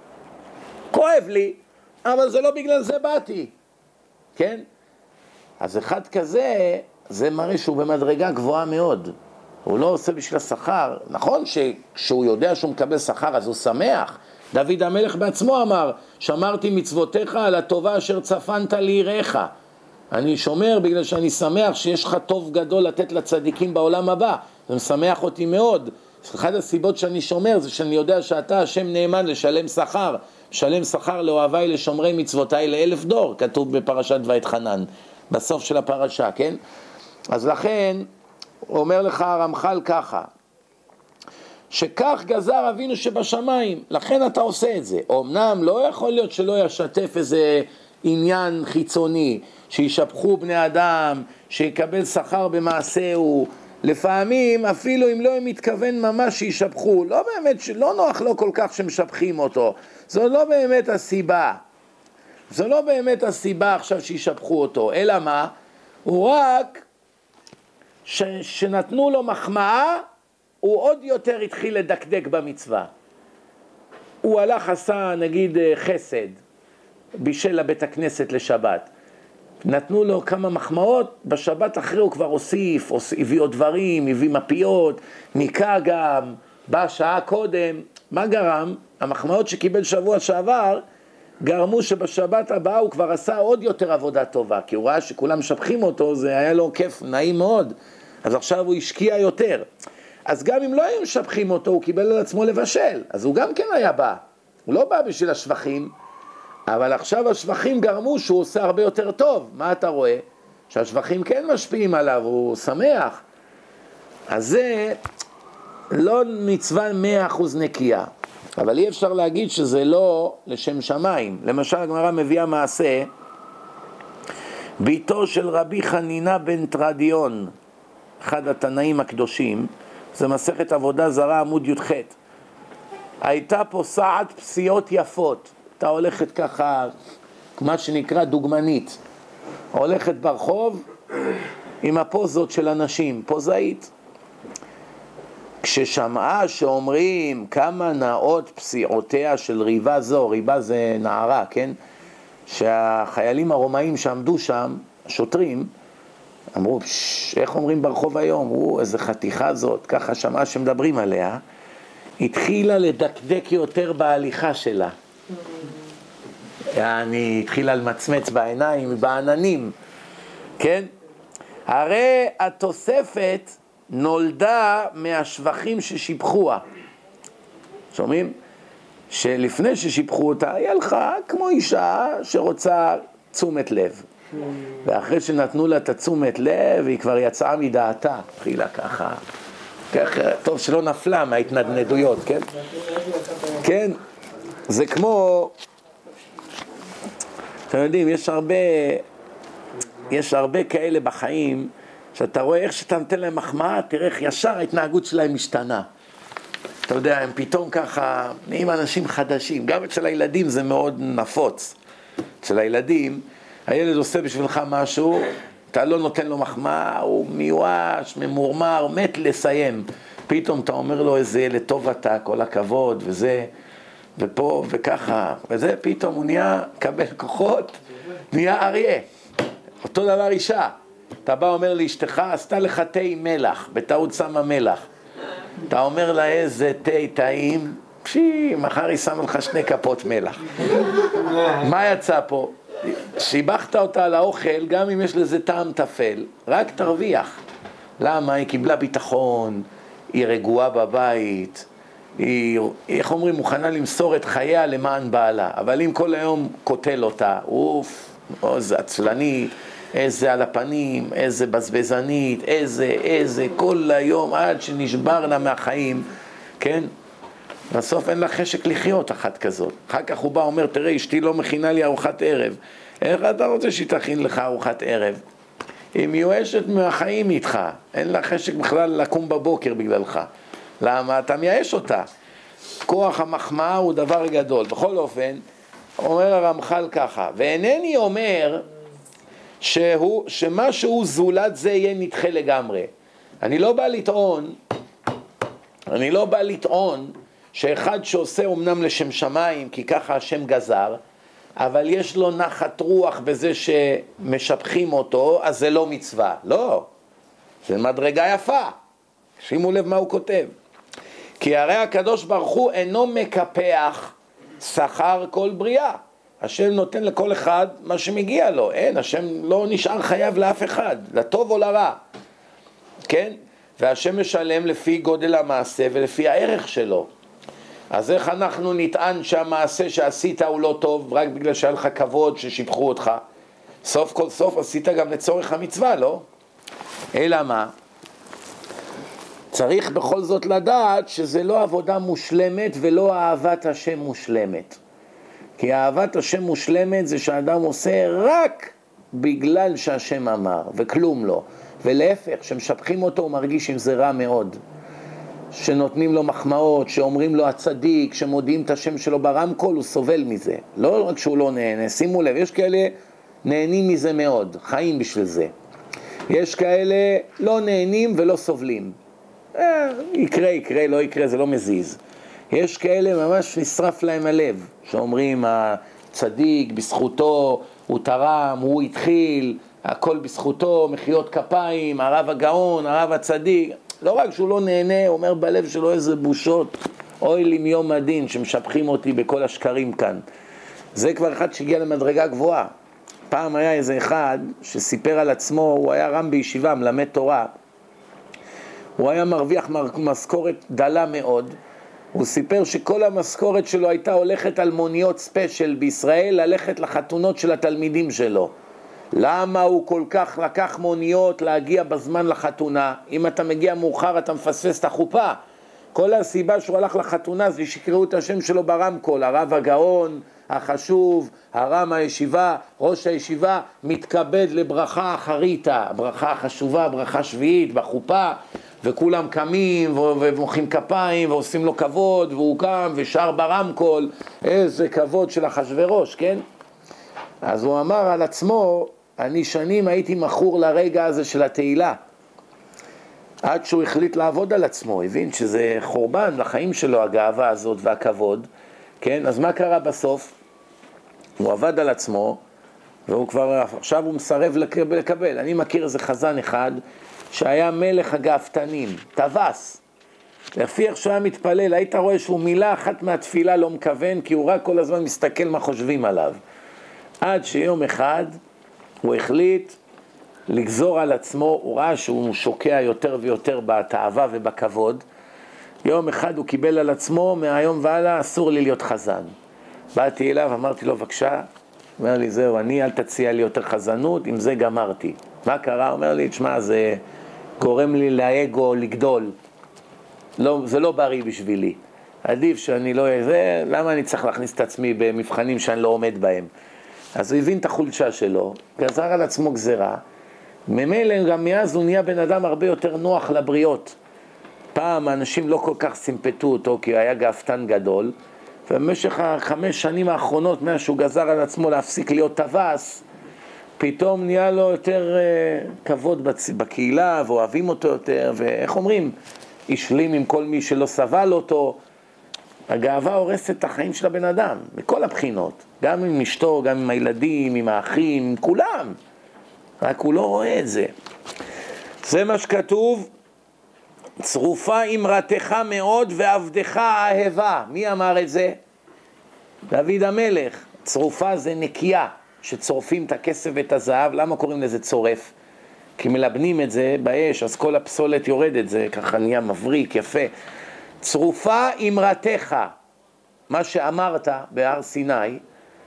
כואב לי, אבל זה לא בגלל זה באתי, כן? אז אחד כזה, זה מראה שהוא במדרגה גבוהה מאוד, הוא לא עושה בשביל השכר. נכון שכשהוא יודע שהוא מקבל שכר אז הוא שמח. דוד המלך בעצמו אמר, שמרתי מצוותיך על הטובה אשר צפנת ליראיך. אני שומר בגלל שאני שמח שיש לך טוב גדול לתת לצדיקים בעולם הבא. זה משמח אותי מאוד. אחת הסיבות שאני שומר זה שאני יודע שאתה השם נאמן לשלם שכר. שלם שכר לאוהבי לשומרי מצוותיי לאלף דור, כתוב בפרשת ואתחנן, בסוף של הפרשה, כן? אז לכן, אומר לך הרמח"ל ככה, שכך גזר אבינו שבשמיים, לכן אתה עושה את זה. אמנם לא יכול להיות שלא ישתף איזה עניין חיצוני, שישפחו בני אדם, שיקבל שכר במעשהו, לפעמים אפילו אם לא הם מתכוון ממש שישפחו, לא באמת, לא נוח לו כל כך שמשפחים אותו, זו לא באמת הסיבה, זו לא באמת הסיבה עכשיו שישפחו אותו, אלא מה? הוא רק ש, שנתנו לו מחמאה, הוא עוד יותר התחיל לדקדק במצווה. הוא הלך עשה נגיד חסד, בישל לבית הכנסת לשבת, נתנו לו כמה מחמאות, בשבת אחרי הוא כבר הוסיף, הביא עוד דברים, הביא מפיות, ניקה גם, בא שעה קודם. מה גרם? המחמאות שקיבל שבוע שעבר, גרמו שבשבת הבאה הוא כבר עשה עוד יותר עבודה טובה, כי הוא ראה שכולם משבחים אותו, זה היה לו כיף, נעים מאוד, אז עכשיו הוא השקיע יותר. אז גם אם לא היו משבחים אותו, הוא קיבל על עצמו לבשל, אז הוא גם כן היה בא, הוא לא בא בשביל השבחים, אבל עכשיו השבחים גרמו שהוא עושה הרבה יותר טוב. מה אתה רואה? שהשבחים כן משפיעים עליו, הוא שמח. אז זה לא מצווה מאה אחוז נקייה. אבל אי אפשר להגיד שזה לא לשם שמיים. למשל, הגמרא מביאה מעשה, ביתו של רבי חנינה בן טרדיון, אחד התנאים הקדושים, זה מסכת עבודה זרה עמוד י"ח. הייתה פוסעת פסיעות יפות, אתה הולכת ככה, מה שנקרא דוגמנית, הולכת ברחוב עם הפוזות של אנשים, פוזאית. כששמעה שאומרים כמה נאות פסיעותיה של ריבה זו, ריבה זה נערה, כן? שהחיילים הרומאים שעמדו שם, שוטרים, אמרו, איך אומרים ברחוב היום? הוא, איזה חתיכה זאת, ככה שמעה שמדברים עליה, התחילה לדקדק יותר בהליכה שלה. אני התחילה למצמץ בעיניים, בעננים, כן? הרי התוספת נולדה מהשבחים ששיבחוה. שומעים? שלפני ששיבחו אותה, היא הלכה כמו אישה שרוצה תשומת לב. ואחרי שנתנו לה את התשומת לב, היא כבר יצאה מדעתה. התחילה ככה. ככה, טוב שלא נפלה מההתנדנדויות, כן? כן, זה כמו... אתם יודעים, יש הרבה... יש הרבה כאלה בחיים, שאתה רואה איך שאתה נותן להם מחמאה, תראה איך ישר ההתנהגות שלהם משתנה. אתה יודע, הם פתאום ככה, נהיים אנשים חדשים. גם אצל הילדים זה מאוד נפוץ. אצל הילדים, הילד עושה בשבילך משהו, אתה לא נותן לו מחמאה, הוא מיואש, ממורמר, מת לסיים. פתאום אתה אומר לו איזה ילד טוב אתה, כל הכבוד, וזה, ופה וככה, וזה פתאום הוא נהיה, קבל כוחות, נהיה אריה. אותו דבר אישה. אתה בא אומר לאשתך, עשתה לך תה עם מלח, בטעות שמה מלח. אתה אומר לה איזה תה טעים, פשי, מחר היא שמה לך שני כפות מלח. מה יצא פה? שיבחת אותה על האוכל, גם אם יש לזה טעם תפל, רק תרוויח. למה? היא קיבלה ביטחון, היא רגועה בבית, היא, איך אומרים, מוכנה למסור את חייה למען בעלה. אבל אם כל היום קוטל אותה, אוף, איזה עצלני, איזה על הפנים, איזה בזבזנית, איזה, איזה, כל היום עד שנשבר לה מהחיים, כן? בסוף אין לה חשק לחיות אחת כזאת. אחר כך הוא בא, אומר, תראה, אשתי לא מכינה לי ארוחת ערב. איך אתה רוצה שהיא תכין לך ארוחת ערב? היא מיואשת מהחיים איתך. אין לה חשק בכלל לקום בבוקר בגללך. למה? אתה מייאש אותה. כוח המחמאה הוא דבר גדול. בכל אופן, אומר הרמח"ל ככה, ואינני אומר שהוא, שמשהו זולת זה יהיה נדחה לגמרי. אני לא בא לטעון, אני לא בא לטעון שאחד שעושה אומנם לשם שמיים, כי ככה השם גזר, אבל יש לו נחת רוח בזה שמשבחים אותו, אז זה לא מצווה. לא, זה מדרגה יפה. שימו לב מה הוא כותב. כי הרי הקדוש ברוך הוא אינו מקפח שכר כל בריאה. השם נותן לכל אחד מה שמגיע לו. אין, השם לא נשאר חייב לאף אחד, לטוב או לרע. כן? והשם משלם לפי גודל המעשה ולפי הערך שלו. אז איך אנחנו נטען שהמעשה שעשית הוא לא טוב, רק בגלל שהיה לך כבוד ששיבחו אותך? סוף כל סוף עשית גם לצורך המצווה, לא? אלא מה? צריך בכל זאת לדעת שזה לא עבודה מושלמת ולא אהבת השם מושלמת. כי אהבת השם מושלמת זה שהאדם עושה רק בגלל שהשם אמר, וכלום לא. ולהפך, שמשבחים אותו הוא מרגיש עם זה רע מאוד. שנותנים לו מחמאות, שאומרים לו הצדיק, שמודיעים את השם שלו ברמקול, הוא סובל מזה. לא רק שהוא לא נהנה, שימו לב, יש כאלה נהנים מזה מאוד, חיים בשביל זה. יש כאלה לא נהנים ולא סובלים. אה, יקרה, יקרה, לא יקרה, זה לא מזיז. יש כאלה ממש נשרף להם הלב, שאומרים הצדיק בזכותו, הוא תרם, הוא התחיל, הכל בזכותו, מחיאות כפיים, הרב הגאון, הרב הצדיק. לא רק שהוא לא נהנה, הוא אומר בלב שלו איזה בושות, אוי לי מיום הדין שמשבחים אותי בכל השקרים כאן. זה כבר אחד שהגיע למדרגה גבוהה. פעם היה איזה אחד שסיפר על עצמו, הוא היה רם בישיבה, מלמד תורה. הוא היה מרוויח משכורת דלה מאוד. הוא סיפר שכל המשכורת שלו הייתה הולכת על מוניות ספיישל בישראל, ללכת לחתונות של התלמידים שלו. למה הוא כל כך לקח מוניות להגיע בזמן לחתונה? אם אתה מגיע מאוחר אתה מפספס את החופה. כל הסיבה שהוא הלך לחתונה זה שיקראו את השם שלו ברמקול, הרב הגאון, החשוב, הרם הישיבה, ראש הישיבה, מתכבד לברכה אחריתה, ברכה חשובה, ברכה שביעית, בחופה. וכולם קמים ומוחאים כפיים ועושים לו כבוד, והוא קם ושר ברמקול, איזה כבוד של אחשוורוש, כן? אז הוא אמר על עצמו, אני שנים הייתי מכור לרגע הזה של התהילה, עד שהוא החליט לעבוד על עצמו, הבין שזה חורבן לחיים שלו, הגאווה הזאת והכבוד, כן? אז מה קרה בסוף? הוא עבד על עצמו, והוא כבר, עכשיו הוא מסרב לקבל. אני מכיר איזה חזן אחד, שהיה מלך הגאוותנים, טווס. לפי איך שהוא היה מתפלל, היית רואה שהוא מילה אחת מהתפילה לא מכוון, כי הוא רק כל הזמן מסתכל מה חושבים עליו. עד שיום אחד הוא החליט לגזור על עצמו, הוא ראה שהוא שוקע יותר ויותר בתאווה ובכבוד. יום אחד הוא קיבל על עצמו, מהיום והלאה אסור לי להיות חזן. באתי אליו, אמרתי לו, בבקשה, אומר לי, זהו, אני אל תציע לי יותר חזנות, עם זה גמרתי. מה קרה? אומר לי, תשמע, זה גורם לי לאגו לגדול. לא, זה לא בריא בשבילי. עדיף שאני לא... זה, למה אני צריך להכניס את עצמי במבחנים שאני לא עומד בהם? אז הוא הבין את החולשה שלו, גזר על עצמו גזרה. ממילא גם מאז הוא נהיה בן אדם הרבה יותר נוח לבריות. פעם האנשים לא כל כך סימפטו אותו, כי הוא היה גאוותן גדול, ובמשך החמש שנים האחרונות, מאז שהוא גזר על עצמו להפסיק להיות טווס, פתאום נהיה לו יותר uh, כבוד בצ... בקהילה, ואוהבים אותו יותר, ואיך אומרים, השלים עם כל מי שלא סבל אותו. הגאווה הורסת את החיים של הבן אדם, בכל הבחינות, גם עם אשתו, גם עם הילדים, עם האחים, עם כולם. רק הוא לא רואה את זה. זה מה שכתוב, צרופה אמרתך מאוד ועבדך אהבה. מי אמר את זה? דוד המלך. צרופה זה נקייה, שצורפים את הכסף ואת הזהב. למה קוראים לזה צורף? כי מלבנים את זה באש, אז כל הפסולת יורדת, זה ככה נהיה מבריק, יפה. צרופה אמרתך, מה שאמרת בהר סיני,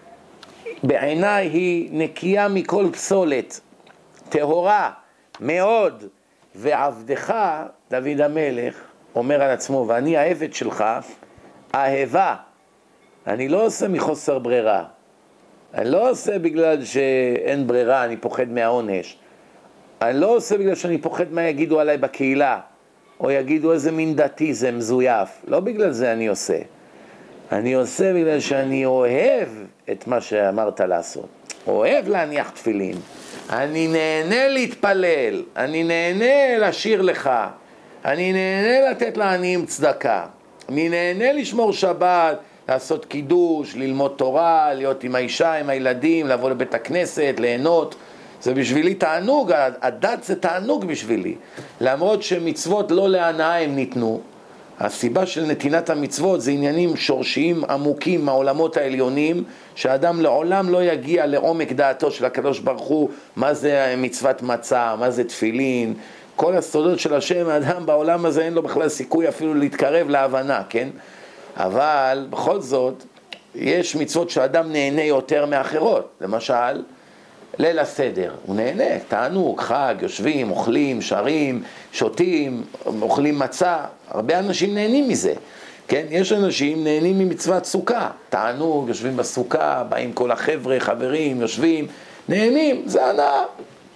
בעיניי היא נקייה מכל פסולת, טהורה מאוד, ועבדך, דוד המלך, אומר על עצמו, ואני העבד שלך, אהבה. אני לא עושה מחוסר ברירה, אני לא עושה בגלל שאין ברירה, אני פוחד מהעונש, אני לא עושה בגלל שאני פוחד מה יגידו עליי בקהילה, או יגידו איזה מין דתי זה מזויף, לא בגלל זה אני עושה. אני עושה בגלל שאני אוהב את מה שאמרת לעשות, אוהב להניח תפילין, אני נהנה להתפלל, אני נהנה לשיר לך, אני נהנה לתת לעניים צדקה, אני נהנה לשמור שבת, לעשות קידוש, ללמוד תורה, להיות עם האישה, עם הילדים, לבוא לבית הכנסת, ליהנות. זה בשבילי תענוג, הדת זה תענוג בשבילי. למרות שמצוות לא להנאה הם ניתנו, הסיבה של נתינת המצוות זה עניינים שורשיים עמוקים מהעולמות העליונים, שהאדם לעולם לא יגיע לעומק דעתו של הקדוש ברוך הוא, מה זה מצוות מצה, מה זה תפילין, כל הסודות של השם, האדם בעולם הזה אין לו בכלל סיכוי אפילו להתקרב להבנה, כן? אבל בכל זאת, יש מצוות שאדם נהנה יותר מאחרות, למשל, ליל הסדר, הוא נהנה, תענוג, חג, יושבים, אוכלים, שרים, שותים, אוכלים מצה, הרבה אנשים נהנים מזה, כן? יש אנשים נהנים ממצוות סוכה, תענוג, יושבים בסוכה, באים כל החבר'ה, חברים, יושבים, נהנים, זה הנאה.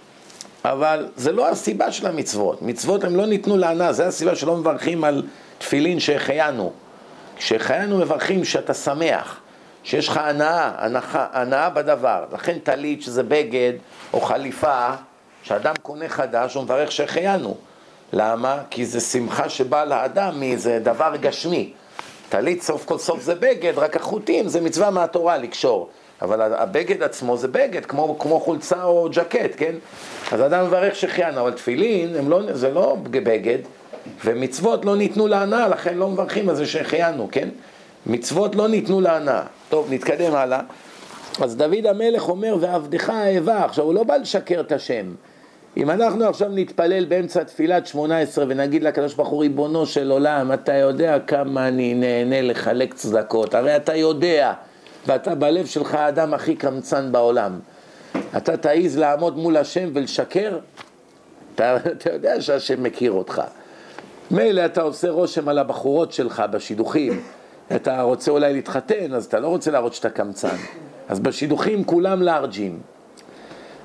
אבל זה לא הסיבה של המצוות, מצוות הם לא ניתנו להנאה, זה הסיבה שלא מברכים על תפילין שהחיינו. כשחיינו מברכים שאתה שמח, שיש לך הנאה, הנאה, הנאה בדבר. לכן טלית שזה בגד או חליפה, שאדם קונה חדש, הוא מברך שהחיינו. למה? כי זה שמחה שבאה לאדם מאיזה דבר גשמי. טלית סוף כל סוף זה בגד, רק החוטים זה מצווה מהתורה לקשור. אבל הבגד עצמו זה בגד, כמו, כמו חולצה או ג'קט, כן? אז אדם מברך שהחיינו, אבל תפילין הם לא, זה לא בגד, ומצוות לא ניתנו להנאה, לכן לא מברכים על זה שהחיינו, כן? מצוות לא ניתנו להנאה. טוב, נתקדם הלאה. אז דוד המלך אומר, ועבדך אהבה. עכשיו, הוא לא בא לשקר את השם. אם אנחנו עכשיו נתפלל באמצע תפילת שמונה עשרה, ונגיד לקדוש ברוך הוא, ריבונו של עולם, אתה יודע כמה אני נהנה לחלק צדקות. הרי אתה יודע, ואתה בלב שלך האדם הכי קמצן בעולם. אתה תעיז לעמוד מול השם ולשקר? אתה, אתה יודע שהשם מכיר אותך. מילא אתה עושה רושם על הבחורות שלך בשידוכים, אתה רוצה אולי להתחתן, אז אתה לא רוצה להראות שאתה קמצן. אז בשידוכים כולם לארג'ים.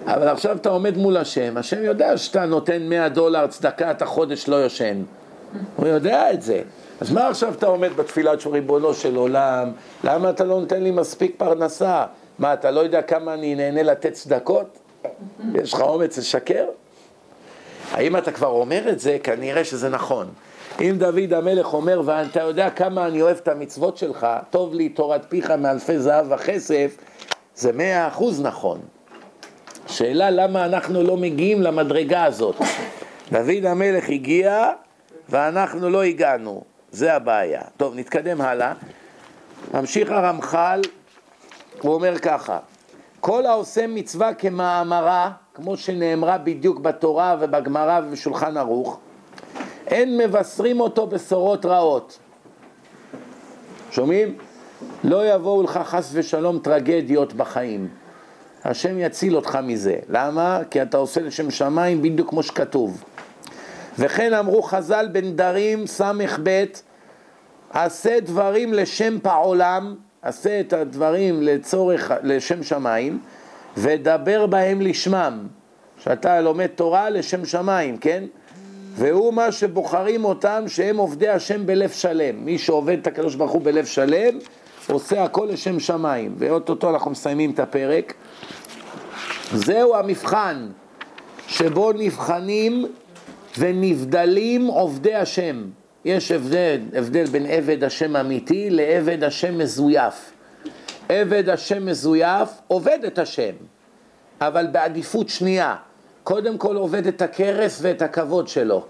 אבל עכשיו אתה עומד מול השם, השם יודע שאתה נותן מאה דולר צדקה, אתה חודש לא יושן. הוא יודע את זה. אז מה עכשיו אתה עומד בתפילת של ריבונו של עולם? למה אתה לא נותן לי מספיק פרנסה? מה, אתה לא יודע כמה אני נהנה לתת צדקות? יש לך אומץ לשקר? האם אתה כבר אומר את זה? כנראה שזה נכון. אם דוד המלך אומר, ואתה יודע כמה אני אוהב את המצוות שלך, טוב לי תורת פיך מאלפי זהב וכסף, זה מאה אחוז נכון. שאלה למה אנחנו לא מגיעים למדרגה הזאת. דוד המלך הגיע ואנחנו לא הגענו, זה הבעיה. טוב, נתקדם הלאה. ממשיך הרמח"ל, הוא אומר ככה, כל העושה מצווה כמאמרה, כמו שנאמרה בדיוק בתורה ובגמרא ובשולחן ערוך, אין מבשרים אותו בשורות רעות. שומעים? לא יבואו לך חס ושלום טרגדיות בחיים. השם יציל אותך מזה. למה? כי אתה עושה לשם שמיים בדיוק כמו שכתוב. וכן אמרו חז"ל בנדרים סמך בית, עשה דברים לשם פעולם, עשה את הדברים לצורך, לשם שמיים, ודבר בהם לשמם. שאתה לומד תורה לשם שמיים, כן? והוא מה שבוחרים אותם שהם עובדי השם בלב שלם. מי שעובד את הקדוש ברוך הוא בלב שלם, עושה הכל לשם שמיים. ואו-טו-טו אנחנו מסיימים את הפרק. זהו המבחן שבו נבחנים ונבדלים עובדי השם. יש הבדל, הבדל בין עבד השם אמיתי לעבד השם מזויף. עבד השם מזויף עובד את השם, אבל בעדיפות שנייה. קודם כל עובד את הכרס ואת הכבוד שלו,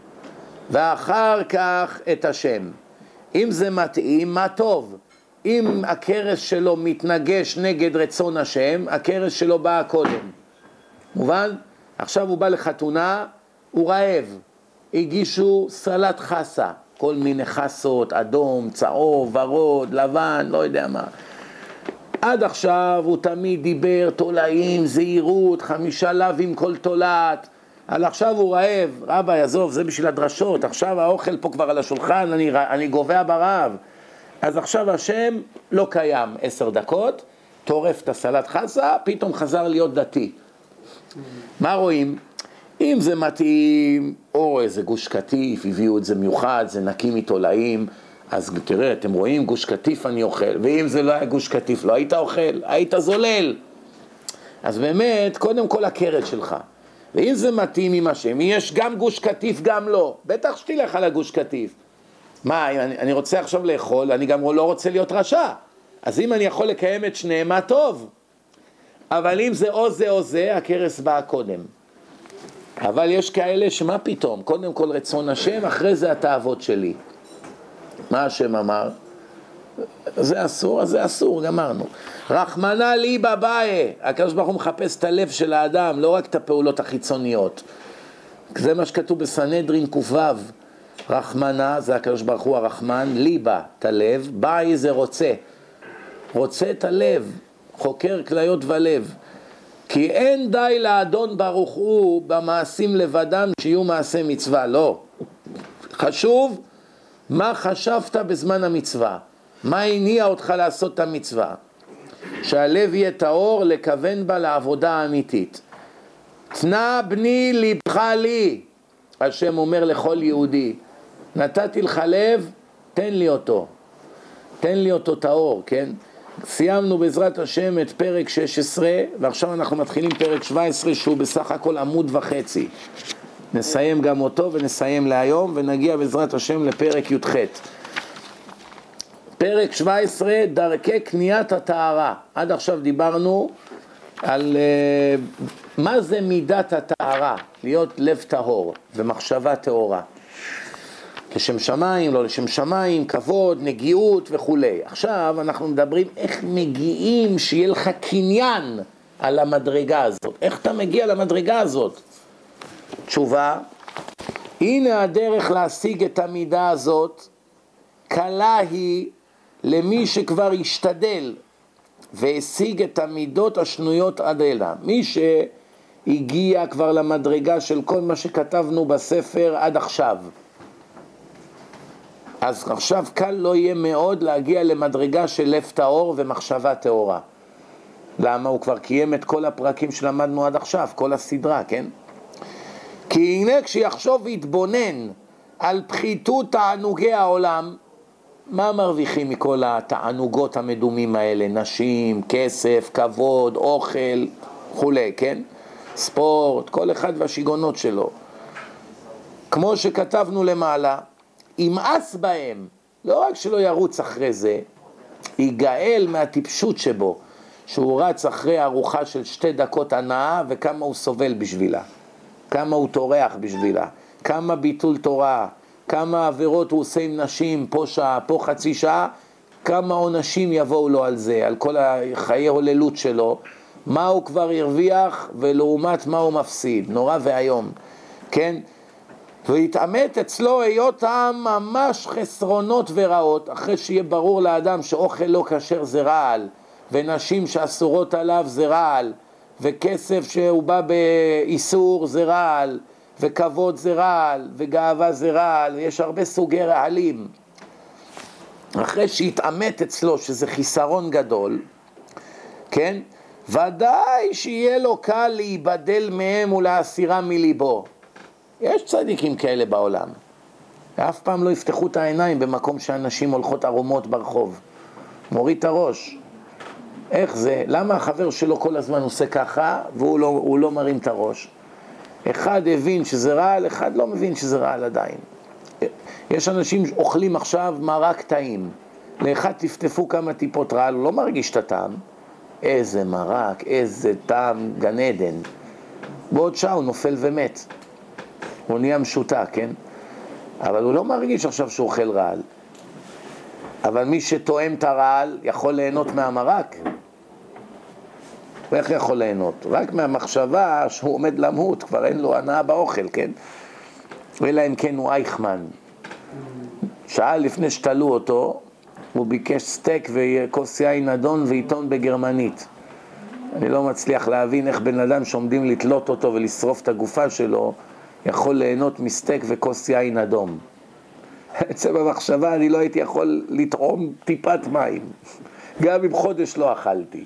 ואחר כך את השם. אם זה מתאים, מה טוב. אם הכרס שלו מתנגש נגד רצון השם, הכרס שלו באה קודם. מובן? עכשיו הוא בא לחתונה, הוא רעב. הגישו סלט חסה, כל מיני חסות, אדום, צהוב, ורוד, לבן, לא יודע מה. עד עכשיו הוא תמיד דיבר תולעים, זהירות, חמישה לבים כל תולעת. על עכשיו הוא רעב, רבא יעזוב, זה בשביל הדרשות, עכשיו האוכל פה כבר על השולחן, אני, אני גובע ברעב. אז עכשיו השם לא קיים עשר דקות, טורף את הסלט חסה, פתאום חזר להיות דתי. מה רואים? אם זה מתאים, או איזה גוש קטיף, הביאו את זה מיוחד, זה נקי מתולעים, אז תראה, אתם רואים, גוש קטיף אני אוכל, ואם זה לא היה גוש קטיף, לא היית אוכל, היית זולל. אז באמת, קודם כל הכרת שלך. ואם זה מתאים עם השם, יש גם גוש קטיף, גם לא. בטח שתלך על הגוש קטיף. מה, אני, אני רוצה עכשיו לאכול, אני גם לא רוצה להיות רשע. אז אם אני יכול לקיים את שניהם, מה טוב. אבל אם זה או זה או זה, הכרס באה קודם. אבל יש כאלה שמה פתאום, קודם כל רצון השם, אחרי זה התאוות שלי. מה השם אמר? זה אסור, אז זה אסור, גמרנו. רחמנא לי בבאי, הקדוש ברוך הוא מחפש את הלב של האדם, לא רק את הפעולות החיצוניות. זה מה שכתוב בסנהדרין ק"ו. רחמנא, זה הקדוש ברוך הוא הרחמן, ליבה, את הלב, באי זה רוצה. רוצה את הלב, חוקר כליות ולב. כי אין די לאדון ברוך הוא במעשים לבדם שיהיו מעשי מצווה, לא. חשוב מה חשבת בזמן המצווה, מה הניע אותך לעשות את המצווה, שהלב יהיה טהור לכוון בה לעבודה האמיתית. תנה בני לבך לי, השם אומר לכל יהודי, נתתי לך לב, תן לי אותו, תן לי אותו טהור, כן? סיימנו בעזרת השם את פרק שש עשרה, ועכשיו אנחנו מתחילים פרק שבע עשרה שהוא בסך הכל עמוד וחצי. נסיים גם אותו ונסיים להיום ונגיע בעזרת השם לפרק י"ח. פרק שבע עשרה, דרכי קניית הטהרה. עד עכשיו דיברנו על uh, מה זה מידת הטהרה, להיות לב טהור ומחשבה טהורה. לשם שמיים, לא לשם שמיים, כבוד, נגיעות וכו'. עכשיו אנחנו מדברים איך מגיעים שיהיה לך קניין על המדרגה הזאת. איך אתה מגיע למדרגה הזאת? תשובה, הנה הדרך להשיג את המידה הזאת, קלה היא למי שכבר ישתדל והשיג את המידות השנויות עד אלה. מי שהגיע כבר למדרגה של כל מה שכתבנו בספר עד עכשיו. אז עכשיו קל לא יהיה מאוד להגיע למדרגה של לב טהור ומחשבה טהורה. למה? הוא כבר קיים את כל הפרקים שלמדנו עד עכשיו, כל הסדרה, כן? כי הנה כשיחשוב ויתבונן על פחיתות תענוגי העולם, מה מרוויחים מכל התענוגות המדומים האלה? נשים, כסף, כבוד, אוכל, וכולי, כן? ספורט, כל אחד והשיגונות שלו. כמו שכתבנו למעלה, ימאס בהם, לא רק שלא ירוץ אחרי זה, ייגאל מהטיפשות שבו, שהוא רץ אחרי ארוחה של שתי דקות הנאה, וכמה הוא סובל בשבילה, כמה הוא תורח בשבילה, כמה ביטול תורה, כמה עבירות הוא עושה עם נשים, פה שעה, פה חצי שעה, כמה עונשים יבואו לו על זה, על כל החיי הוללות שלו, מה הוא כבר הרוויח ולעומת מה הוא מפסיד, נורא והיום, כן? והתאמת אצלו היותם ממש חסרונות ורעות, אחרי שיהיה ברור לאדם שאוכל לא כשר זה רעל, ונשים שאסורות עליו זה רעל, וכסף שהוא בא באיסור זה רעל, וכבוד זה רעל, וגאווה זה רעל, יש הרבה סוגי רעלים. אחרי שהתאמת אצלו שזה חיסרון גדול, כן? ודאי שיהיה לו קל להיבדל מהם ולהסירה מליבו. יש צדיקים כאלה בעולם, ואף פעם לא יפתחו את העיניים במקום שאנשים הולכות ערומות ברחוב, מוריד את הראש. איך זה? למה החבר שלו כל הזמן עושה ככה והוא לא, הוא לא מרים את הראש? אחד הבין שזה רעל, אחד לא מבין שזה רעל עדיין. יש אנשים אוכלים עכשיו מרק טעים, לאחד תפתפו כמה טיפות רעל, הוא לא מרגיש את הטעם. איזה מרק, איזה טעם גן עדן. בעוד שעה הוא נופל ומת, הוא נהיה משוטה, כן? אבל הוא לא מרגיש עכשיו שהוא אוכל רעל. אבל מי שטועם את הרעל יכול ליהנות מהמרק. ואיך יכול ליהנות? רק מהמחשבה שהוא עומד למות, כבר אין לו הנאה באוכל, כן? אלא אם כן הוא אייכמן. שעה לפני שתלו אותו, הוא ביקש סטייק וכוס יין אדום ועיתון בגרמנית. אני לא מצליח להבין איך בן אדם שעומדים לתלות אותו ולשרוף את הגופה שלו, יכול ליהנות מסטייק וכוס יין אדום. אצל במחשבה אני לא הייתי יכול לטעום טיפת מים. גם אם חודש לא אכלתי.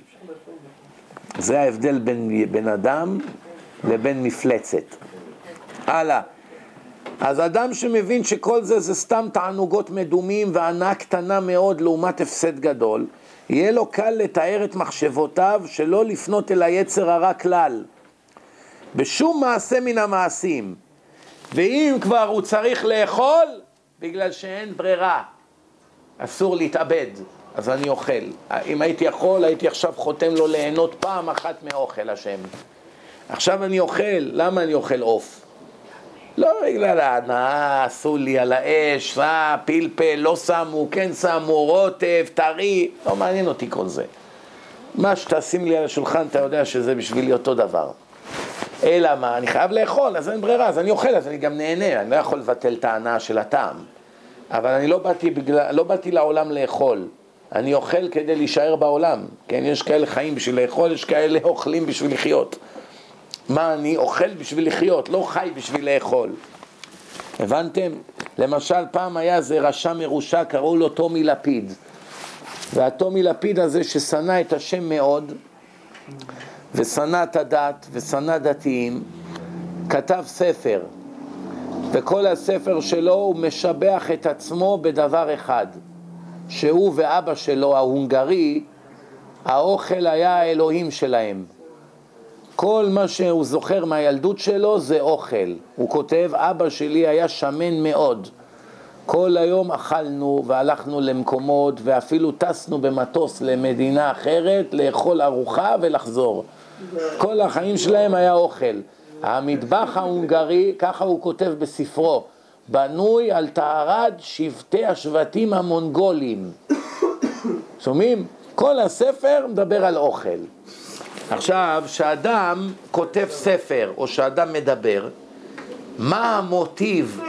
זה ההבדל בין בן אדם לבין מפלצת. הלאה. אז אדם שמבין שכל זה זה סתם תענוגות מדומים והנאה קטנה מאוד לעומת הפסד גדול, יהיה לו קל לתאר את מחשבותיו שלא לפנות אל היצר הרע כלל. בשום מעשה מן המעשים. ואם כבר הוא צריך לאכול, בגלל שאין ברירה, אסור להתאבד, אז אני אוכל. אם הייתי יכול, הייתי עכשיו חותם לו ליהנות פעם אחת מאוכל השם. עכשיו אני אוכל, למה אני אוכל עוף? לא בגלל ההנאה, עשו לי על האש, אה, פלפל, לא שמו, כן שמו, רוטב, טרי, לא מעניין אותי כל זה. מה שתשים לי על השולחן, אתה יודע שזה בשבילי אותו דבר. אלא מה, אני חייב לאכול, אז אין ברירה, אז אני אוכל, אז אני גם נהנה, אני לא יכול לבטל את ההנאה של הטעם. אבל אני לא באתי, בגלל, לא באתי לעולם לאכול, אני אוכל כדי להישאר בעולם, כן? יש כאלה חיים בשביל לאכול, יש כאלה אוכלים בשביל לחיות. מה אני אוכל בשביל לחיות, לא חי בשביל לאכול. הבנתם? למשל פעם היה זה רשע מרושע, קראו לו תומי לפיד. והתומי לפיד הזה ששנא את השם מאוד, ושנא את הדת, ושנא דתיים, כתב ספר. וכל הספר שלו הוא משבח את עצמו בדבר אחד. שהוא ואבא שלו, ההונגרי, האוכל היה האלוהים שלהם. כל מה שהוא זוכר מהילדות שלו זה אוכל. הוא כותב, אבא שלי היה שמן מאוד. כל היום אכלנו והלכנו למקומות ואפילו טסנו במטוס למדינה אחרת לאכול ארוחה ולחזור. כל החיים שלהם היה אוכל. המטבח ההונגרי, ככה הוא כותב בספרו, בנוי על טהרת שבטי השבטים המונגולים. שומעים? כל הספר מדבר על אוכל. עכשיו, שאדם כותב ספר או שאדם מדבר, מה המוטיב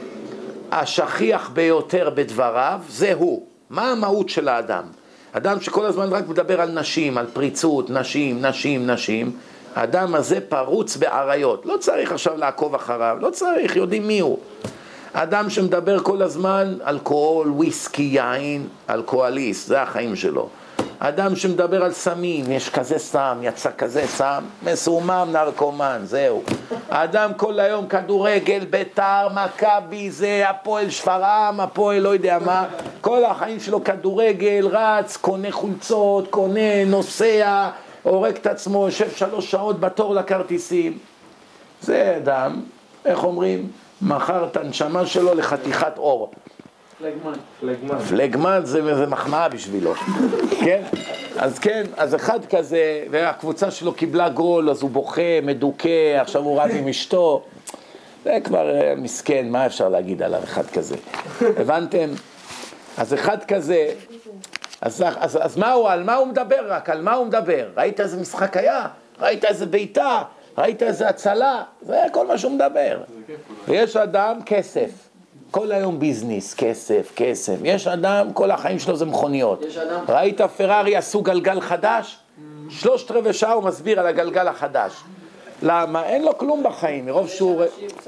השכיח ביותר בדבריו? זה הוא. מה המהות של האדם? אדם שכל הזמן רק מדבר על נשים, על פריצות, נשים, נשים, נשים, האדם הזה פרוץ בעריות. לא צריך עכשיו לעקוב אחריו, לא צריך, יודעים מי הוא. אדם שמדבר כל הזמן אלכוהול, וויסקי, יין, אלכוהוליסט, זה החיים שלו. אדם שמדבר על סמים, יש כזה סם, יצא כזה סם, מסומם, נרקומן, זהו. אדם כל היום כדורגל, בית"ר, מכבי, זה הפועל שפרעם, הפועל לא יודע מה, כל החיים שלו כדורגל, רץ, קונה חולצות, קונה, נוסע, הורג את עצמו, יושב שלוש שעות בתור לכרטיסים. זה אדם, איך אומרים? מכר את הנשמה שלו לחתיכת אור. פלגמן. פלגמן. פלגמן זה, זה מחמאה בשבילו. כן? אז כן, אז אחד כזה, והקבוצה שלו קיבלה גול, אז הוא בוכה, מדוכא, עכשיו הוא רב עם אשתו. זה כבר מסכן, מה אפשר להגיד עליו אחד כזה? הבנתם? אז אחד כזה, אז, אז, אז מה הוא, על מה הוא מדבר רק? על מה הוא מדבר? ראית איזה משחק היה? ראית איזה ביתה? ראית איזה הצלה? זה כל מה שהוא מדבר. ויש אדם כסף. כל היום ביזניס, כסף, כסף. יש אדם, כל החיים שלו זה מכוניות. ראית פרארי עשו גלגל חדש? שלושת רבעי שעה הוא מסביר על הגלגל החדש. למה? אין לו כלום בחיים, מרוב שהוא...